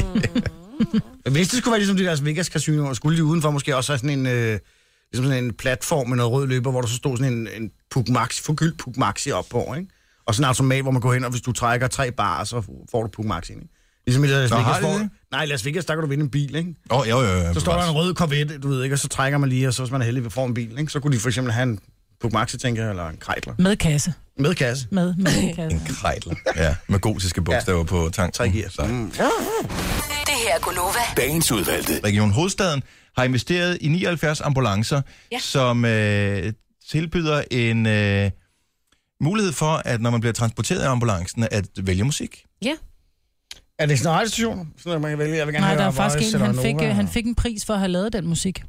Hvis det skulle være ligesom de der Vegas Casino, skulle de udenfor måske også have sådan en, ligesom sådan en platform med noget rød løber, hvor der så stod sådan en Puk Maxi, forgyldt Puk Maxi op på, ikke? Og sådan en automat, hvor man går hen, og hvis du trækker 3 barer, så får du Puk Maxi, ikke? Ligesom i Las Vegas. Nej, Las Vegas, der kan du vinde en bil, ikke? Jo. Så står der en rød Corvette, du ved ikke, og så trækker man lige, og så hvis man er heldig, får en bil, ikke? Så kunne de for eksempel have en Puk Maxi, tænker jeg, eller en Kreidler. Med kasse. Med kasse. Med kasse. En Kreidler, ja. Med gotiske bogstaver på tanken. 3 gear. Det her er Gunova. Dagens udvalgte. Region Hovedstaden har investeret i 79 ambulancer, som tilbyder en mulighed for, at når man bliver transporteret af ambulancen, at vælge musik. Ja. Er det sådan en radiostation? Sådan, man kan vælge? Jeg vil gerne Nej, høre, der er faktisk en, han fik en pris for at have lavet den musik.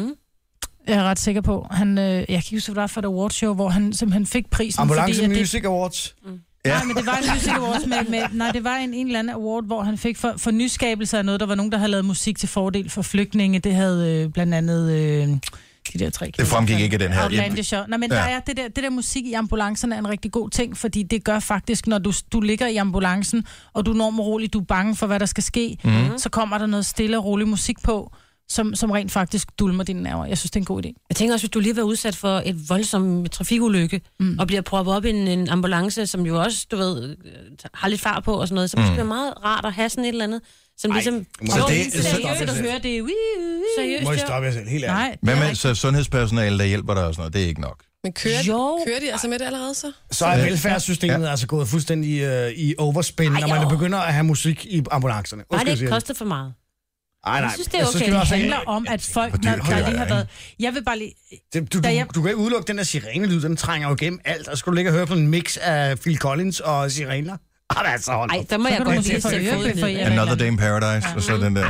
Jeg er ret sikker på. Jeg kan ikke huske, hvad det var for et awardshow, hvor han simpelthen fik prisen. Ambulance Music Awards? Ja. Nej, men det var en Music Awards det var en eller anden award, hvor han fik for nyskabelse af noget. Der var nogen, der havde lavet musik til fordel for flygtninge. Det havde blandt andet de der 3 Det fremgik ikke af den her. Nej, men der er det der musik i ambulancerne er en rigtig god ting, fordi det gør faktisk, når du ligger i ambulancen, og du er enormt rolig, du er bange for, hvad der skal ske, så kommer der noget stille og rolig musik på, som rent faktisk dulmer dine nerver. Jeg synes, det er en god idé. Jeg tænker også, hvis du lige har været udsat for et voldsomt trafikulykke, og bliver proppet op i en ambulance, som jo også, du ved, har lidt fart på og sådan noget, så det er meget rart at have sådan et eller andet, som ligesom... Seriøst at høre det. Må I stoppe jer selv, helt ærligt. Hvad med så sundhedspersonale, der hjælper dig og sådan noget? Det er ikke nok. Men kører de altså med det allerede så? Så er velfærdssystemet altså gået fuldstændig i overspin, når man begynder at have musik i ambulancerne. Nej, det ikke kostet for meget. Nej. Jeg synes, det er okay. Det handler om, at folk, der lige har været... Jeg vil bare lige... Du kan ikke udelukke den der sirenelyd, den trænger jo igennem alt. Og skulle du ligge og høre på en mix af Phil Collins og sirener? Ej, der må jeg godt lige se Another Day in Paradise, og så den der...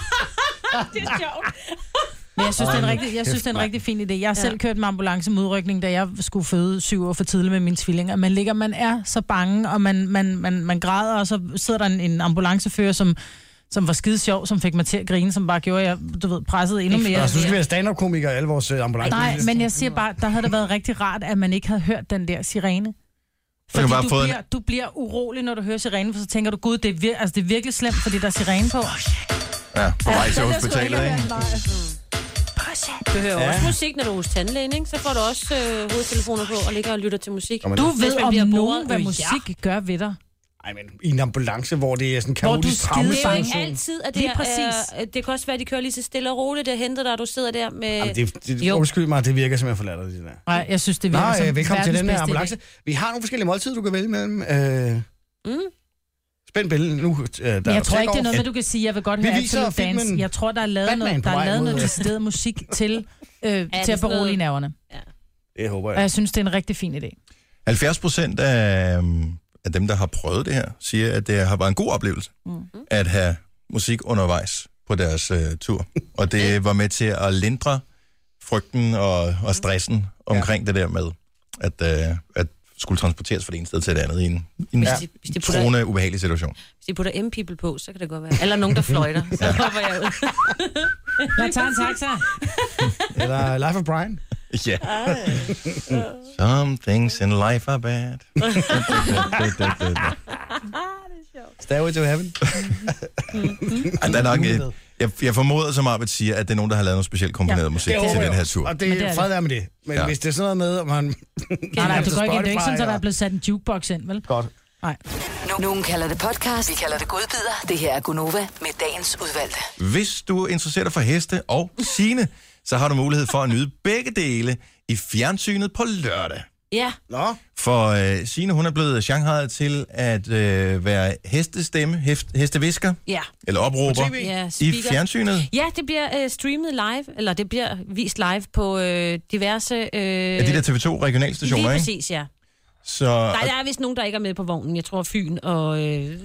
Det er sjovt. Men jeg synes, det er en rigtig fin idé. Jeg har selv kørt med ambulance med udrykning, da jeg skulle føde 7 år for tidligt med mine tvillinger. Man er så bange, og man græder, og så sidder der en ambulancefører, som var skide sjov, som fik mig til at grine, som bare gjorde, at jeg pressede endnu mere. Altså, nu skal vi have stand-up-komikere i alle vores ambulancer. Nej, men jeg siger bare, der havde det været rigtig rart, at man ikke havde hørt den der sirene. Fordi du bliver urolig, når du hører sirenen, for så tænker du, gud, det er virkelig slemt, fordi der er sirene på. Ja, på vej til hospitalet, ikke? Du hører også musik, når du er hos tandlægen, ikke? Så får du også hovedtelefoner på og ligger og lytter til musik. Du ved om nogen, hvad musik gør ved dig. Ej, men i en ambulance, hvor det er sådan en kaotisk traumesituation. Det er jo ikke altid, at det er præcis. Det kan også være, at de kører lige så stille og roligt, der henter dig, og du sidder der med... Undskyld mig, det virker simpelthen for latterligt, det der. Nej, jeg synes, det virker som velkommen til den her ambulance. Vi har nogle forskellige måltider, du kan vælge mellem. Spænd billedet nu. Jeg tror ikke, det er noget med, du kan sige, jeg vil godt høre Absolute Dance. Jeg tror, der er lavet noget decideret musik til at berolige nerverne. Det håber jeg. Og jeg synes, det er en rigtig fin idé. 70% af dem, der har prøvet det her, siger, at det har været en god oplevelse at have musik undervejs på deres tur. Og det var med til at lindre frygten og stressen omkring det der med, at skulle transporteres fra det ene sted til det andet i en troende ubehagelig situation. Hvis de putter M-people på, så kan det godt være. Eller nogen, der fløjter. Så hopper jeg ud. Jeg tager en taxa. Eller Life of Brian. Ja. Some things in life are bad. Stairway to Heaven. Der er nok jeg formoder, som Arvid siger, at det er nogen, der har lavet noget specielt komponeret musik til den her tur. Og det er fred der med det. Men hvis det er sådan noget med, om han... Nej, du går ikke ind. Det er ikke sådan, at der er blevet sat en jukebox ind, vel? Godt. Nej. Nu Nogen kalder det podcast, vi kalder det godbider. Det her er Gunova med dagens udvalgte. Hvis du interesserer dig for heste og Signe, så har du mulighed for at nyde begge dele i fjernsynet på lørdag. Ja. Nå. For Signe, hun er blevet shanghaiet til at være hestestemme, hestevisker, Ja. eller opråber Ja, i fjernsynet. Ja, det bliver streamet live, eller det bliver vist live på diverse... Ja, de der TV2 regionalstationer, lige ikke? præcis, ja. Så, Nej, der er vist nogen, der ikke er med på vognen. Jeg tror, Fyn og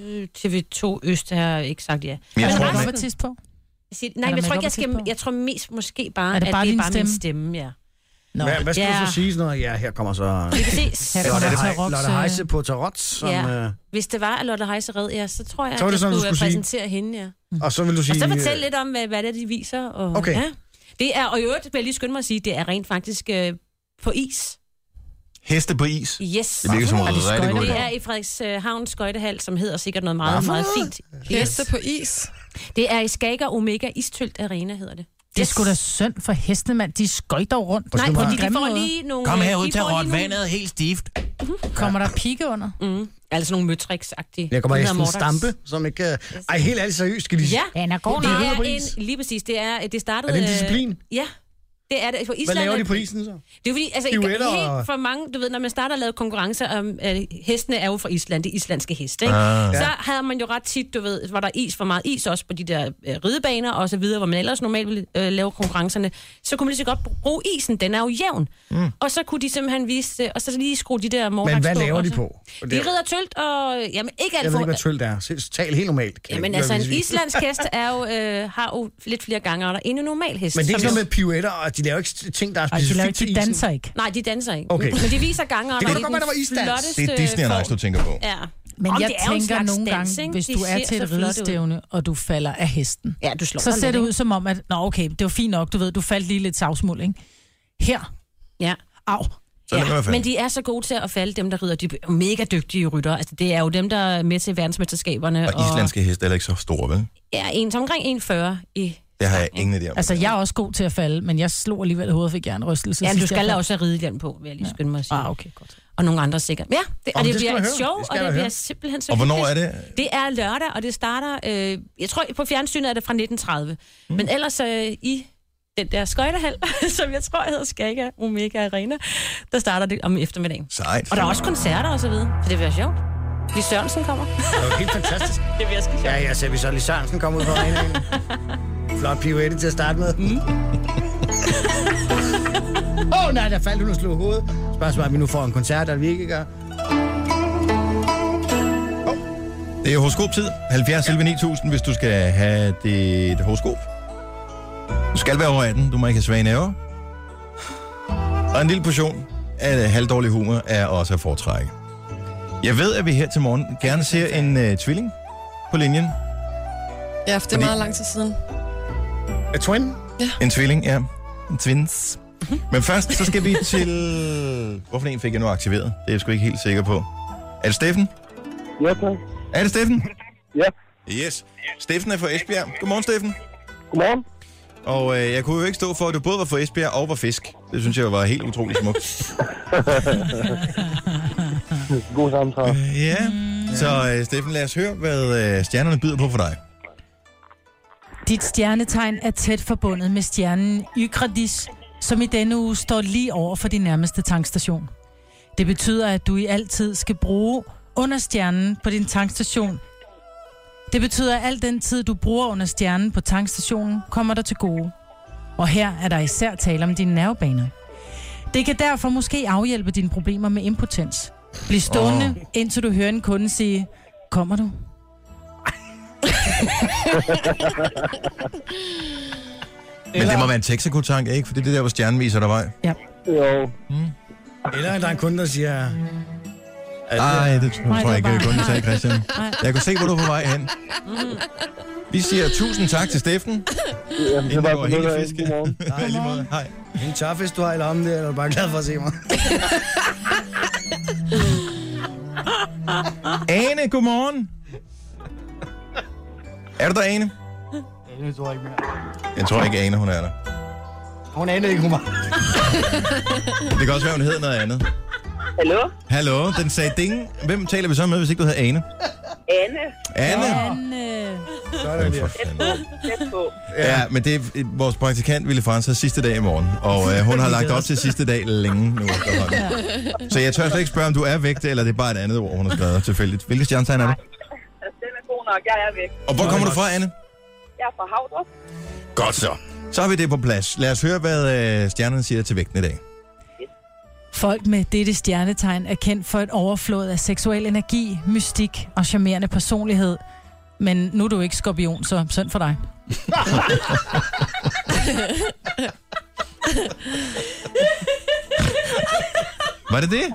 TV2 Øst har ikke sagt ja. Men jeg tror, Er der man- Robert på? Nej, jeg tror ikke, jeg skal... Jeg tror mest måske bare, Er det bare at det din er bare min stemme? stemme, ja. Nå. Hvad skal du så sige? Sådan noget? Ja, her kommer så... Lige præcis. Her kommer Tarots, Lotte Heise på Tarot, som... Ja. Hvis det var, at Lotte Heise red, ja, så tror jeg, Så var at det jeg sådan, du skulle skulle sige. præsentere hende, ja. Og så vil du sige... Og så fortæl lidt om, hvad det er, de viser. Og, Okay. Ja. Det er, og i øvrigt vil jeg lige skynde mig at sige, det er rent faktisk på is. heste på is. Yes. Det virker som en rigtig god Det idé. er i Frederikshavn Skøjtehal, som hedder sikkert noget meget, meget fint. Heste på is. Det er i Skager Omega Istölt Arena, hedder det. Det er sgu da synd for hestene, mand. De skøjter rundt. Nej, på en fordi de grim får måde. lige nogle... Kom herud de til får lige råt nogle- vandet helt stift. Kommer der pigge under? Altså nogle møtrix-agtige. Jeg kommer Det i hedder sådan en Mordax. stampe, som ikke... Ej, helt ærligt seriøst, skal de... Ja, Den er god det nok. rider på er is. lige præcis. Det startede... Er det en disciplin? Ja, det er det. På Hvad Island laver er- de på isen så? Det er fordi, altså Pirouetter og- helt for mange, du ved, når man starter at lave konkurrencer om, hestene er jo fra Island, det islandske heste, ikke? Så havde man jo ret tit, du ved, var der for meget is også på de der ridebaner og så videre, hvor man ellers normalt ville lave konkurrencerne, så kunne man lige så godt bruge isen, den er jo jævn. Og så kunne de simpelthen vise det, og så lige skrue de der Mordax Men hvad på laver de også. på? De rider tølt, og jamen ikke alt Jeg ved for... ikke, hvad tølt er. Tal helt normalt. Kan Jamen jeg altså, ikke en gøre, islandsk hest er jo, har jo lidt flere gangarter end en normal hest. Men det er ikke som noget med pirouetter, og de laver ikke ting, der er Ej, de, laver, specifikt til de isen. danser ikke. Nej, de danser ikke. Okay. Men de viser gangarter. Det kunne i da godt være, der var den isdans. flotteste Det er Disney form. Nice, du tænker på. Ja. Men Om jeg det er jo en tænker slags nogle dans, gange, ikke? hvis De du er ser til så et flotte ud. ridestævne, og du falder af hesten, Ja, du slår så dig ser lidt, det ikke? ud som om, at nå okay, det var fint nok, du ved, du faldt lige lidt savsmuld, ikke? Her, Ja. au. Så lad være falde. Men de er så gode til at falde, dem der rider. De er mega dygtige ryttere. Altså, det er jo dem, der er med til verdensmesterskaberne. Og islandske heste er heller ikke så store, vel? Ja, omkring 1,40 i... Det har jeg ingen idé om. Altså, jeg er også god til at falde, men jeg slog alligevel hovedet, fik hjernerystelse. Ja, sidst du jeg skal faldt. også have ridehjelm på, vil jeg lige skynde mig at sige. Okay, godt. Og nogle andre sikkert. Ja, det, og Om det det skal bliver man et høre. show, Det skal og det jeg bliver høre. simpelthen så Og hvornår hyggeligt. er det? Det er lørdag, og det starter... jeg tror, på fjernsynet er det fra 1930. Men ellers i den der skøjtehal, som jeg tror hedder Skager Omega Arena, der starter det om eftermiddagen. Sejt. Og der er også koncerter og så videre, så det bliver sjovt. Lis Sørensen kommer. Det er jo helt fantastisk. Det bliver sgu sjovt. Ja, jeg ser, vi så Lis Sørensen komme ud på arenaen. Flot pirouette til at starte med. Nej, der faldt hun og slog hovedet. Spørgsmålet om vi nu får en koncert, der vi ikke gør. Det er horoskoptid. 70 11 9000, hvis du skal have dit horoskop. Du skal være over 18. Du må ikke have svage nerver. Og en lille portion af halvdårlig humor er også at foretrække. Jeg ved, at vi her til morgen gerne ser en tvilling på linjen. Ja, for det er meget lang tid siden. A twin? En tvilling, ja. En twins. Men først, så skal vi til... Hvorfor en fik jeg nu aktiveret? Det er jeg sgu ikke helt sikker på. Er det Steffen? Ja, tak. Er det Steffen? Ja. Yes. Steffen er fra Esbjerg. Godmorgen, Steffen. Godmorgen. Og jeg kunne jo ikke stå for, at du både var fra Esbjerg og var fisk. Det synes jeg var helt utroligt smukt. God samtale. Ja. Så Steffen, lad os høre, hvad stjernerne byder på for dig. Dit stjernetegn er tæt forbundet med stjernen Ygradis, som i denne uge står lige over for din nærmeste tankstation. Det betyder, at du i altid skal bruge under stjernen på din tankstation. Det betyder, at al den tid, du bruger under stjernen på tankstationen, kommer dig til gode. Og her er der især tale om dine nervebaner. Det kan derfor måske afhjælpe dine problemer med impotens. Bliv stående, indtil du hører en kunde sige, kommer du? Men det må være en Texaco-tank, ikke? For det er det der, hvor stjernen viser dig vej. Ja. Jo. Eller der er en kunde, der siger... Nej, det tror jeg ikke, bare- kun sagde, Christian. Jeg kunne se, hvor du er på vej hen. Vi siger 1000 tak til Steffen. Jamen, det Inden var det går så helt i lidt. fiske. Godmorgen. Nej, lige måde. Hej. En tørfisk, du har i lommen der, eller er du bare glad for at se mig? Ane, godmorgen. Er du der, Ane? Det tror jeg ikke mere. Jeg tror ikke, Ane, hun er der. Hun anede ikke, hun var. Det kan også være, hun hedder noget andet. Hallo? Hallo, den sagde ding. Hvem taler vi så med, hvis ikke du hedder Ane? Anne. Sådan der. Tæt på. Ja, men det er vores praktikant, Ville Fransen, sidste dag i morgen. Og hun har lagt op til sidste dag længe nu. Så jeg tør slet ikke spørge, om du er væk, eller det er bare et andet ord, hun har skrevet tilfældigt. Hvilket stjernetegn er det? Den er god nok. Jeg er væk. Og hvor kommer du fra, Anne? Jeg er fra Havdrup. Godt så. Så har vi det på plads. Lad os høre, hvad stjernerne siger til vægten i dag. Folk med dette stjernetegn er kendt for et overflod af seksuel energi, mystik og charmerende personlighed. Men nu er du ikke skorpion, så synd for dig. Var det det?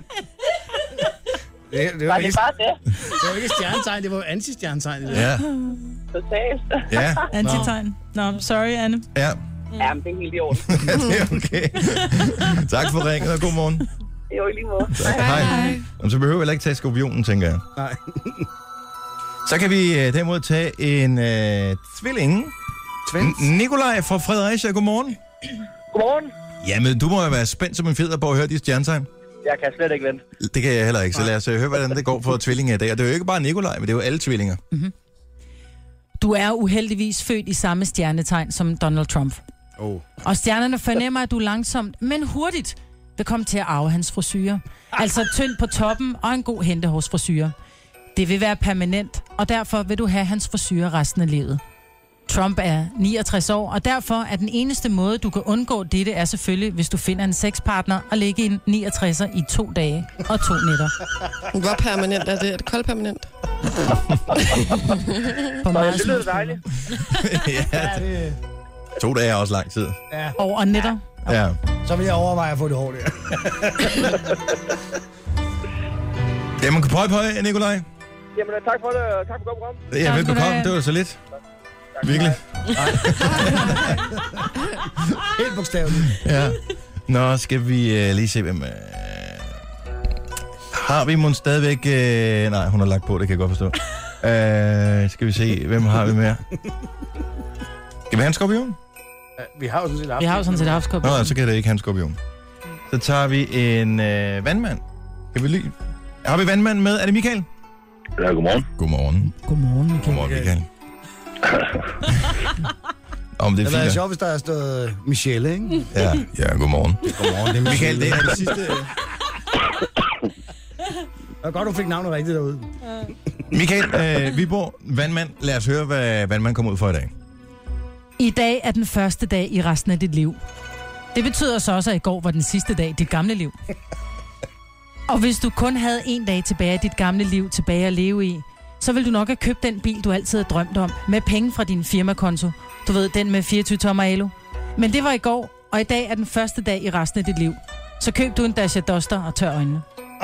Det Var det bare det? Det var ikke stjernetegn, det var anti-stjernetegn. Ja. Totalt. Ja. Antitegn. Nå, sorry, Anne. Ja. Jamen, det er helt i orden. Ja, det er okay. Tak for ringet, og god morgen. Jo, i lige måde. Hej. Og så behøver jeg heller ikke tage skorpionen, tænker jeg. Nej. Så kan vi derimod tage en tvilling. Nikolaj fra Fredericia, godmorgen. Godmorgen. Jamen, du må jo være spændt som en fjeder på at høre de stjernetegn. Jeg kan slet ikke vente. Det kan jeg heller ikke, så lad os høre, hvordan det går for tvillinger i dag. Og det er jo ikke bare Nikolaj, men det er jo alle tvillinger. Mm-hmm. Du er uheldigvis født i samme stjernetegn som Donald Trump. Og stjernerne fornemmer, at du langsomt, men hurtigt vil komme til at arve hans frisyre. Altså tynd på toppen og en god hentehårsfrisyre. Det vil være permanent, og derfor vil du have hans frisyre resten af livet. Trump er 69 år, og derfor er den eneste måde, du kan undgå dette, er selvfølgelig, hvis du finder en sexpartner og ligge en 69'er i 2 dage og 2 nætter. Hvor permanent er det? Er det koldpermanent? På meget Det lyder dejligt. Ja, 2 dage er også lang tid. Ja. Over nætter. Ja. Så vil jeg overveje at få det hår der. Ja, man kan prøve på, Nikolaj. Jamen, tak for det. Tak for godt program. Ja, velbekomme. Det var så lidt. Virkelig. Helt bogstaveligt. Ja. Nå, skal vi lige se, hvem... Har vi måske stadigvæk... nej, hun har lagt på, det kan jeg godt forstå. Skal vi se, hvem har vi mere? Skal vi have en skorpion? Vi har jo sådan set haft skorpion. Nå, så kan det ikke have en skorpion. Så tager vi en vandmand. Kan vi lige... Har vi vandmand med? Er det Michael? Ja, godmorgen. Godmorgen. Godmorgen, Michael. Godmorgen, Michael. Om det er fint. Det er fint. sjovt, hvis der er stået Michelle, ikke? Ja, godmorgen. Godmorgen, det er Michael, det er det sidste... Det var godt, du fik navnet rigtigt derude. Michael, Viborg, vandmand. Lad os høre, hvad vandmand kommer ud for i dag. I dag er den første dag i resten af dit liv. Det betyder så også, at i går var den sidste dag i dit gamle liv. Og hvis du kun havde 1 dag tilbage af dit gamle liv tilbage at leve i, så vil du nok have købt den bil, du altid har drømt om, med penge fra din firmakonto. Du ved, den med 24 tommer alu. Men det var i går, og i dag er den første dag i resten af dit liv. Så køb du en Dacia Duster og tør øjnene.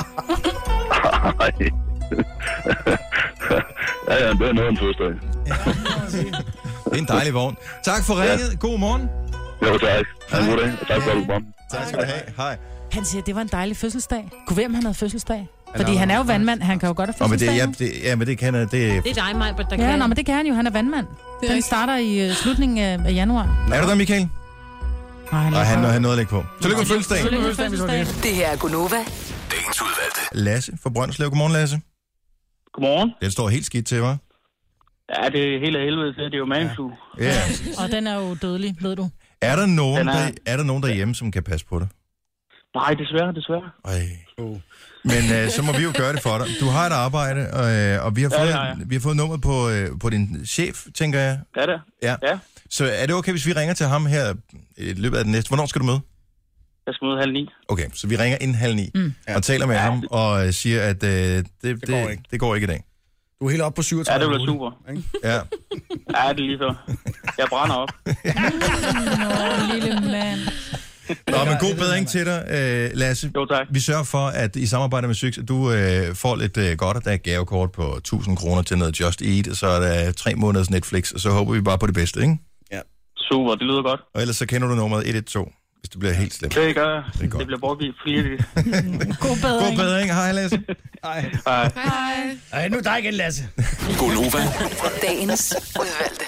Ja, det er noget en fødselsdag. Det er en dejlig vogn. Tak for ringet. Ja. God morgen. Jo, tak. Ha' en god dag. Tak for det, program. Tak skal du have. Hej. Han siger, at det var en dejlig fødselsdag. Kunne være, om han havde fødselsdag? Fordi han er jo vandmand. Han kan jo godt have fødselsdag. Men det kan han. Det er dig, Maj, der kan. Ja, men det kan han jo. Han er vandmand. Den starter i slutningen af januar. Er du der, Michael? Nej, han nåede at lægge på. Tillykke med fødselsdagen. Det her er Gunova. Dagens udvalgte. Lasse fra Brøndslev. Godmorgen, Lasse. Godmorgen. Det står helt skidt til, hva'? Ja, det er helt af helvede, det er jo manflu. Ja. Og den er jo dødelig, ved du. Er der nogen derhjemme, som kan passe på dig? Nej, desværre. Men så må vi jo gøre det for dig. Du har et arbejde, og vi har fået nummer på din chef, tænker jeg. Ja. Så er det okay, hvis vi ringer til ham her i løbet af den næste? Hvornår skal du møde? Jeg skal møde 8:30. Okay, så vi ringer inden 8:30 og taler med ham og siger, at det går ikke i dag. Du er helt oppe på 37. Ja, det bliver super. Ja. Ja, det er lige så. Jeg brænder op. Nå, lille mand. Nå, men god bedring til dig, Lasse. Jo, tak. Vi sørger for, at i samarbejde med Syks, at du får lidt godt. Der er gavekort på 1.000 kroner til noget Just Eat, og så er der 3 måneders Netflix, og så håber vi bare på det bedste, ikke? Ja. Super, det lyder godt. Og ellers så kender du nummeret 112, hvis det bliver helt slemt. Det gør jeg. Det bliver brugt flittigt. God bedring. God bedring. Hej, Lasse. Hej. Hej. Nu er dig igen, Lasse. Gunova. Dagens udvalgte.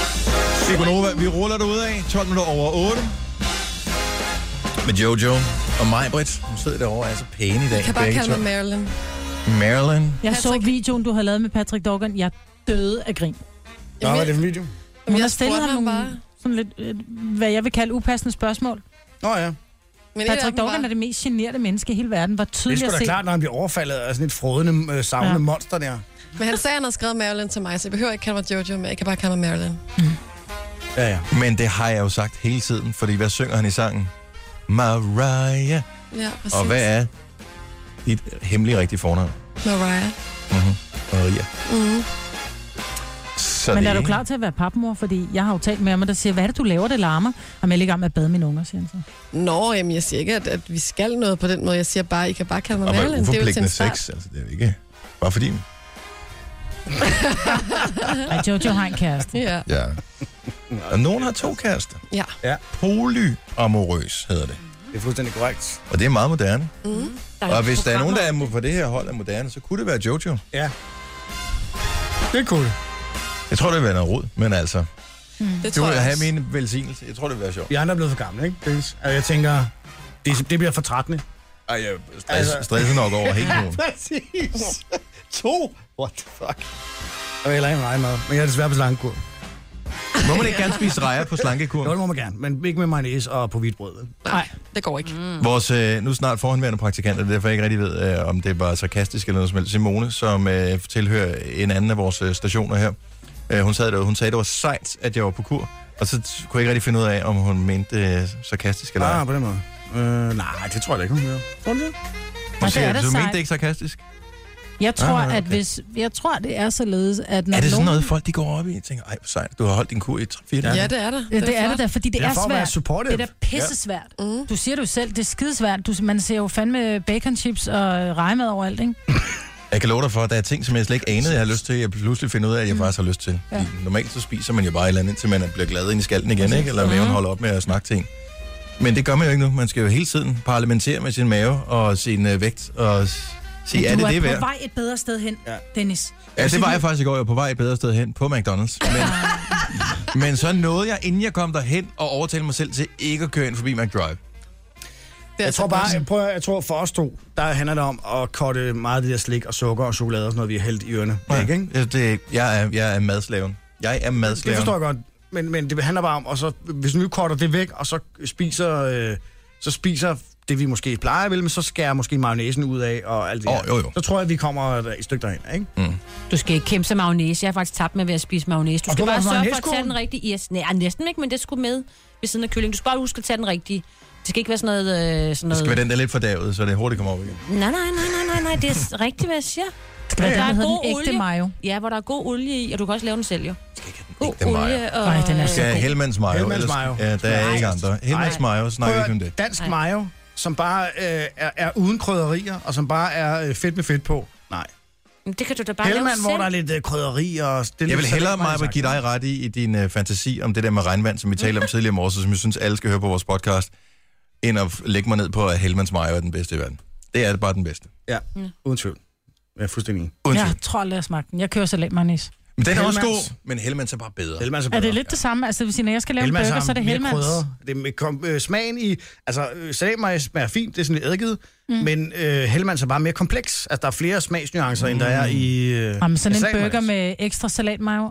Sigonova, vi ruller det ud af. 12 minutter over 8. Med Jojo. Og Maj-Brit, hun sidder derovre og er så pæne i dag. Jeg kan bare kalde mig Marilyn. Marilyn. Jeg så videoen, du havde lavet med Patrick Dorgan. Jeg døde af grin. Nå, hvad er det for en video? Hun har stillet ham nogle, sådan lidt, hvad jeg vil kalde upassende spørgsmål. Ja. Men Patrick Dorgan er det mest generede menneske i hele verden. Var tydeligt at se. Det er sgu da klart, når han bliver overfaldet af sådan et frådende, savnende monster der. Men han sagde, at han har skrevet Marilyn til mig, så jeg behøver ikke kalde mig Jojo, men jeg kan bare kalde mig Marilyn. Ja. Men det har jeg jo sagt hele tiden, fordi hvad synger han i sangen? Mariah. Ja, præcis. Og hvad er dit hemmelige rigtige fornavn? Mariah. Maria. Men er du klar til at være papmor? Fordi jeg har jo talt med ham, der siger, hvad er det, du laver, det larmer? Og jeg ligger med at bade mine unger, siger han så. Nå, jamen jeg siger ikke, at vi skal noget på den måde. Jeg siger bare, I kan bare kalde mig Marilyn. Og uforpligtende sex, altså det er jo ikke bare fordi. Ej, Jojo har en kæreste. Ja. Og nogen har 2 kærester. Ja. Polyamorøs hedder det. Det er fuldstændig korrekt. Og det er meget moderne. Og hvis der er nogen, der er på det her hold er moderne, så kunne det være Jojo. Ja. Det er cool. Jeg tror, det vil være noget rod, men altså... Det du tror vil jeg have også. min velsignelse. Jeg tror, det vil være sjovt. Vi andre er blevet for gamle, ikke? Altså, jeg tænker, det bliver for trættende. Ej, jeg stresser nok over helt nogen. Præcis. 2? What the fuck? Jeg vil heller ikke regne meget, men jeg er desværre på slankekur. Må man ikke gerne spise rejer på slankekur? Jo, det må man gerne, men ikke med mayonnaise og på hvidt brød. Nej, det går ikke. Vores nu snart forhåndværende praktikant, og derfor jeg ikke rigtig ved, om det var sarkastisk eller noget som helst. Simone, som tilhører en anden af vores stationer her. Hun sagde, det var sejt, at jeg var på kur. Og så kunne jeg ikke rigtig finde ud af, om hun mente sarkastisk eller ej. På den måde. Nej, det tror jeg ikke, hun gør. Tror du det? Du mente det ikke sarkastisk? Jeg tror, at det er således, at når er det sådan nogen... noget, folk de går op i og tænker, ej, hvor sejt, du har holdt din kur i 3-4 dage? Ja, det er det. Det er det der, fordi det er svært. Det er da pissesvært. Du siger det jo selv, det er skidesvært. Man ser jo fandme bacon chips og rejemad overalt, ikke? Jeg kan love dig for, at der er ting, som jeg slet ikke anede, jeg har lyst til. Jeg pludselig finder ud af, at jeg faktisk har lyst til. Ja. Normalt så spiser man jo bare et eller andet, indtil man bliver glad ind i skallen igen, ikke? Eller maven holder op med at snakke ting. Men det gør man jo ikke nu. Man skal jo hele tiden parlamentere med sin mave og sin vægt og sige, er det værd? Du er på vej et bedre sted hen, Dennis. Ja, det var jeg faktisk i går. Jeg var på vej et bedre sted hen på McDonald's. Men så nåede jeg, inden jeg kom derhen, og overtale mig selv til ikke at køre ind forbi McDrive. Jeg tror for os to, der handler det om at korte meget af det der slik og sukker og chokolade og sådan noget, vi har hældt i ørerne. Ikke? Jeg er madslaven. Jeg er madslaven. Det forstår jeg godt. Men det handler bare om, og så, hvis nu korter det væk, og så spiser det, vi måske plejer vel, men så skærer måske mayonnaisen ud af og alt det her. Jo. Så tror jeg, at vi kommer et stykke derhen, ikke? Du skal ikke kæmpe sig mayonnaise. Jeg har faktisk tabt med ved at spise mayonnaise. Du skal bare sørge for at tage den rigtige. Yes. Nej, næsten ikke, men det skulle med ved siden af kyllingen. Du skal bare huske at tage den rigtige. Det skal ikke være sådan noget... Det skal være den der lidt fordavet, så det hurtigt kommer op igen. Nej. Det er rigtigt, hvad jeg siger. Der er god ægte mayo. Ja, hvor der er god olie i, og du kan også lave den selv, jo. God olie og... Ej, den er så god. Hellmann's mayo. Ja, der er ikke andre. Hellmann's mayo, snakker ikke om det. Dansk mayo, som bare er uden krydderier, og som bare er fedt med fedt på. Nej. Det kan du da bare lave selv. Hvor der er lidt krydderi og... Jeg vil hellere mig give dig ret i din fantasi om det der med regnvand, som vi talte om tidligere om året, som jeg synes, alle skal høre på vores podcast, end at lægge mig ned på, at Hellmann's mayo er den bedste i verden. Det er bare den bedste. Ja, uden tvivl. Jeg er fuldstændig enig. Jeg tror aldrig, jeg smagte den. Jeg kører salatmayonnaise. Men den er også god, men Hellmann's er bare bedre. Er det lidt det samme? Altså, hvis jeg skal lave en burger, så er det Hellmann's. Det er smagen i... Altså, salatmayonnaise smager fint, det er sådan lidt eddikedet, men Hellmann's er bare mere kompleks. Altså, der er flere smagsnuancer, end der er i... Jamen, sådan en burger med ekstra salatmayo.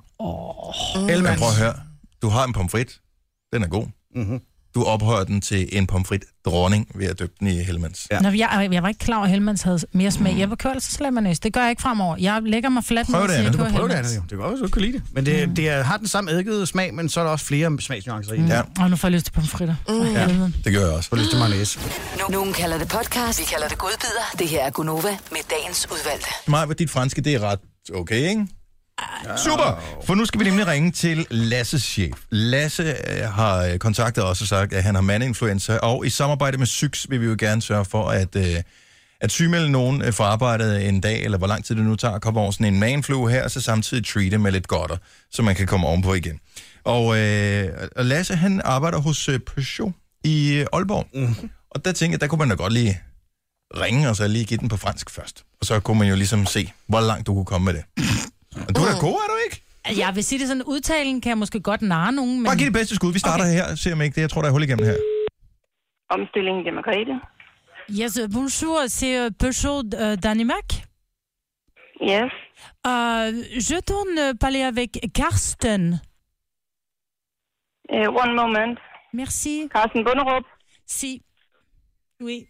Jeg prøver at høre. Du har en pomfrit. Den er god. Du ophører den til en pomfrit dronning ved at døbe den i Hellmann's. Ja. Nå, jeg var ikke klar over, at Hellmann's havde mere smag. Jeg var kørt altså salatmayonnaise. Det gør jeg ikke fremover. Jeg lægger mig fladt med, at jeg kører Hellmann's. Det kan også, du kan lide det. Men det har den samme eddikede smag, men så er der også flere smagsnuancer i det. Ja. Og nu får jeg lyst til pomfritter. Ja, det gør jeg også. Får lyst til mayonnaise. Nogen kalder det podcast, vi kalder det godbidder. Det her er Gunova med dagens udvalgte. Maja, dit franske, det er ret okay, ikke? Ja. Super, for nu skal vi nemlig ringe til Lasses chef. Lasse har kontaktet os og sagt, at han har mandinfluenza, og i samarbejde med Syks vil vi jo gerne sørge for at sygemelde nogen fra arbejdet en dag, eller hvor lang tid det nu tager at komme over sådan en manflu her, og så samtidig treate med lidt godter, så man kan komme ovenpå igen. Og Lasse, han arbejder hos Peugeot i Aalborg, og der tænkte jeg, der kunne man da godt lige ringe, og så lige give den på fransk først. Og så kunne man jo ligesom se, hvor langt du kunne komme med det. Og du er da god, er du ikke? Jeg vil sige det sådan, udtalen kan jeg måske godt narre nogen, men... Bare giv det bedste skud. Vi starter her. Se om ikke det. Jeg tror, der er hul igennem her. Omstilling, det er Margrethe. Yes, bonjour, c'est Peugeot Danemark. Yes. Je tourne parler avec Karsten. One moment. Merci. Carsten Bunderup. Si. Oui.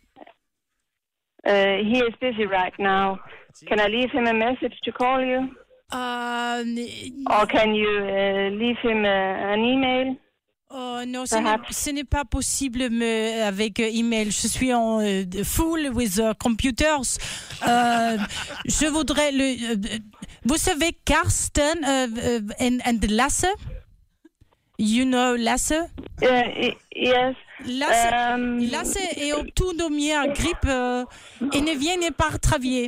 He is busy right now. Can I leave him a message to call you? Or can you leave him an email? Non, ce n'est pas possible avec email. Je suis en full with computers. Je voudrais vous savez Karsten and Lasse? You know Lasse? Yes. Lasse est autonomie à grippe et ne vient pas travailler.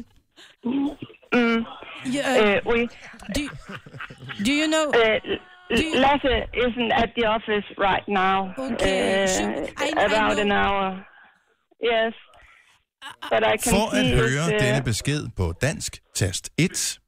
Oui. Do you know? Lasse isn't at the office right now. Okay. About an hour. Yes. But I can For at høre denne besked på dansk, tast 1.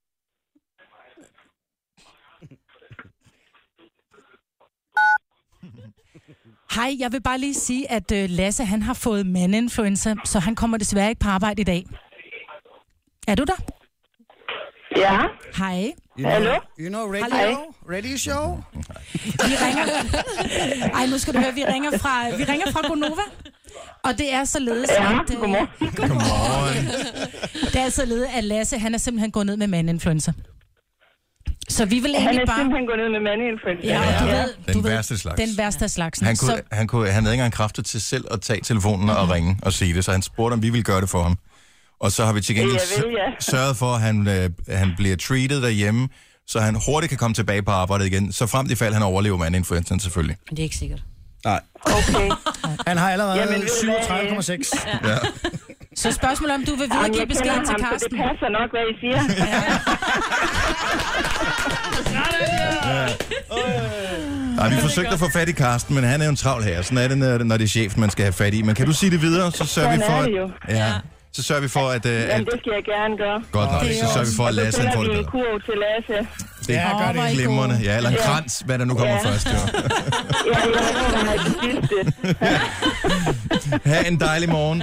Hej, jeg vil bare lige sige, at Lasse han har fået mandinfluenza, så han kommer desværre ikke på arbejde i dag. Er du der? Ja. Hej. Hallo? You know radio show? Vi ringer. Ej, nu skal du høre, vi ringer fra Gonova. Og det er således, at... Godmorgen. Det er således, at Lasse, han er simpelthen gået ned med mandinfluenza. Så vi vil egentlig bare... Han er simpelthen gået ned med mandinfluenza. Ja, og den værste slags. Den værste slags. Han havde ikke engang kræfter til selv at tage telefonen og ringe og sige det, så han spurgte, om vi ville gøre det for ham. Og så har vi til gengæld sørget for, at han bliver treated derhjemme, så han hurtigt kan komme tilbage på arbejdet igen, så frem til fald han overlever mandinfluenzaen selvfølgelig. Men det er ikke sikkert. Nej. Okay. Han har allerede 37,6. Ja. Så spørgsmålet om du vil videregive beskeden til Karsten. Det passer nok, hvad I siger. Nej, vi forsøgte at få fat i Karsten, men han er jo en travl her. Sådan er det, når det er chefen, man skal have fat i. Men kan du sige det videre, så sørger vi for... Så sørger vi for, at... Jamen, det skal jeg gerne gøre. Godt nok, så sørger vi for, at Lasse får det bedre. Så sender vi en kurv til Lasse. Det gør det glimrende. Ja, eller en krans, hvad der nu kommer først, jo. Ha' en dejlig morgen.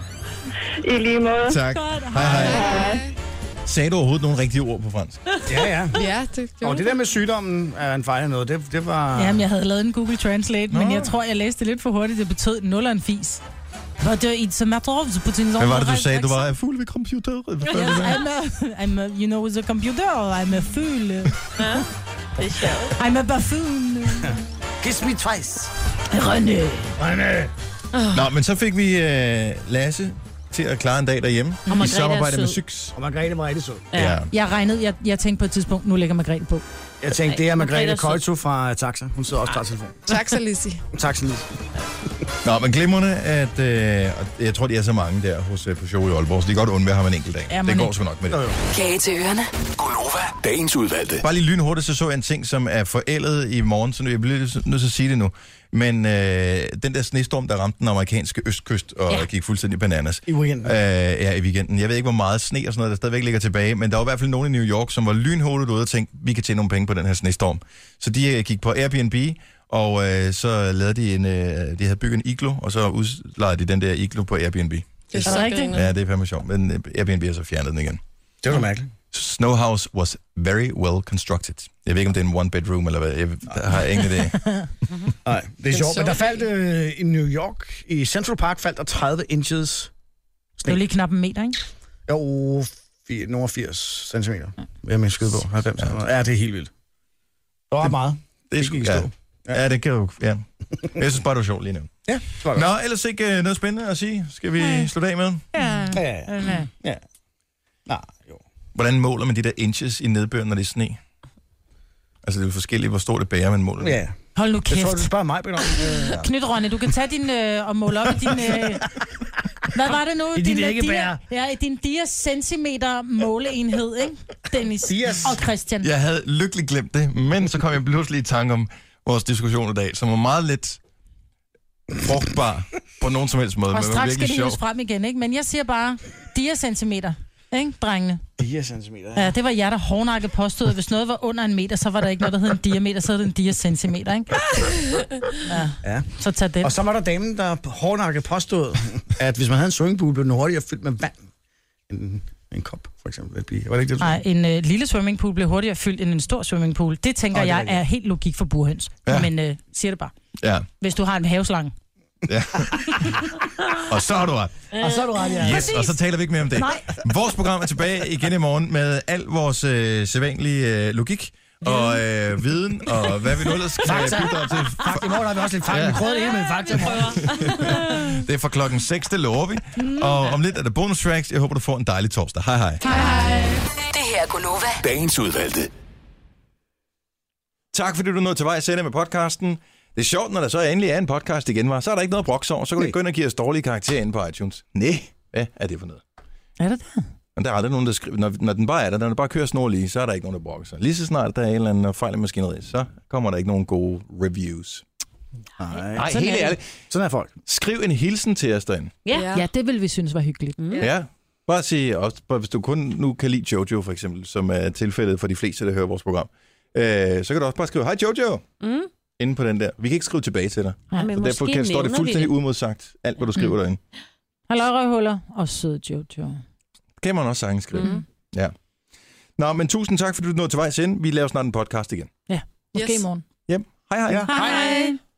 I lige måde. Tak. Hej. Sagde du overhovedet nogle rigtige ord på fransk? Ja. Ja, det gjorde det der med sygdommen, er en fejl af noget, det var... Jamen, jeg havde lavet en Google Translate, men jeg tror, jeg læste det lidt for hurtigt. Det betød 0 og en fis. Hvad var det, du sagde? Du var fuld ved computer? I'm a, you know, the computer. I'm a fool. I'm a buffoon. Kiss me twice. René. Nå, men så fik vi Lasse til at klare en dag derhjemme. I samarbejde med Syks. Og Margrethe var rigtig sød. Ja. Jeg tænkte på et tidspunkt, nu lægger Margrethe på. Jeg tænkte, det er Margrethe Køjto fra Taxa. Hun sidder også klar til telefon. Taxa Lissi. Taxa Lissi. Nå, men glimrende, at jeg tror, de er så mange der hos Peugeot i Aalborg, så det er godt undvære ham en enkelt dag. Det går sgu nok med det. Kage til ørerne. Gonova, dagens udvalgte. Bare lige lynhurtigt, så jeg en ting, som er forældet i morgen, så jeg bliver nødt til at sige det nu. Men den der snestorm, der ramte den amerikanske østkyst og gik fuldstændig bananas. I weekenden. I weekenden. Jeg ved ikke, hvor meget sne og sådan noget, der stadigvæk ligger tilbage, men der var i hvert fald nogen i New York, som var lynhurtigt ude og tænkte, vi kan tjene nogle penge på den her snestorm. Så de gik på Airbnb, og så lavede de havde bygget en iglo, og så udlejede de den der iglo på Airbnb. Det er så rigtigt. Ja, det er fandme sjovt, men Airbnb har så fjernet den igen. Det var mærkeligt. Snow House was very well constructed. Jeg ved ikke, om det er en one bedroom, eller hvad. Jeg har ingen idé. Nej, det er sjovt. Men der faldt i New York, i Central Park, faldt der 30 inches sne. Det er jo lige knap en meter, ikke? Jo, nogle 80 centimeter. Jeg må skyde på. 90. Ja, det er helt vildt. Det var meget. Det skal ikke stå. Ja, det kan du. Ja. Jeg synes bare, det var sjovt lige nu. Ja, nå, ellers ikke noget spændende at sige. Skal vi slutte af med? Ja. Nej, jo. Hvordan måler man de der inches i nedbør, når det er sne? Altså, det er forskelligt, hvor stort det bærer, man måler. Ja. Hold nu kæft. Jeg tror, du spørger mig, Peter. Knyt, Rønne, du kan tage din og måle op i din... hvad var det nu? Din dia-centimeter måleenhed, ikke? Dennis og Christian. Jeg havde lykkeligt glemt det, men så kom jeg pludselig i tanke om vores diskussion i dag, som var meget lidt frugtbar på nogen som helst måde. Og straks skal det hives frem igen, ikke? Men jeg siger bare dia-centimeter. Ikke, drengene? 4 centimeter. Ja, det var jer, der hårdnakket påstod, at hvis noget var under 1 meter, så var der ikke noget, der hed en diameter, så hed det en diacentimeter, ikke? Ja. Så tag den. Og så var der damen, der hårdnakket påstod, at hvis man havde en swimmingpool, blev den hurtigere fyldt med vand. En kop, for eksempel. Var det ikke det, nej, en lille swimmingpool blev hurtigere fyldt end en stor swimmingpool. Det tænker jeg er helt logik for burhøns. Ja. Men siger det bare. Ja. Hvis du har en haveslange. Ja. Og så har du ret. Og så har du ret, ja. Yes, og så taler vi ikke mere om det. Nej. Vores program er tilbage igen i morgen med al vores sædvanlige logik og viden, og hvad vi nu ellers kan bidrage til. I morgen har vi også lidt fakta. Vi prøver det hele med fakta. Det er fra klokken 6, det lover vi. Og om lidt er der bonus tracks. Jeg håber, du får en dejlig torsdag. Hej hej. Hej. Det her er Gunova. Dagens udvalgte. Tak fordi du nåede til vej med podcasten. Det er sjovt, når der så endelig er en podcast igen, var. Så er der ikke noget broks over. Så kan du gå ind og give os dårlige karakterer inde på iTunes. Nej, hvad er det for noget? Er det det? Men der er aldrig nogen, der skriver. Når den bare er der, når den bare kører snorlige, så er der ikke nogen, der brokker sig. Lige så snart der er en eller anden fejl i maskineriet, så kommer der ikke nogen gode reviews. Nej, helt ærligt. Sådan er folk. Skriv en hilsen til os derinde. Ja, det vil vi synes var hyggeligt. Ja, bare sige, også, hvis du kun nu kan lide Jojo for eksempel, som er tilfældet for de fleste, der hører vores program, så kan du også bare skrive, hej Jojo, inde på den der. Vi kan ikke skrive tilbage til dig. Ja, så derfor står det fuldstændig uimodsagt, alt hvad du skriver derinde. Halløj røvhuller og sød Jojo. Kan man også sagtens skrive. Ja. Nå, men tusind tak, fordi du nåede til vejs ind. Vi laver snart en podcast igen. Ja, måske i morgen. Hej hej. Hej hej.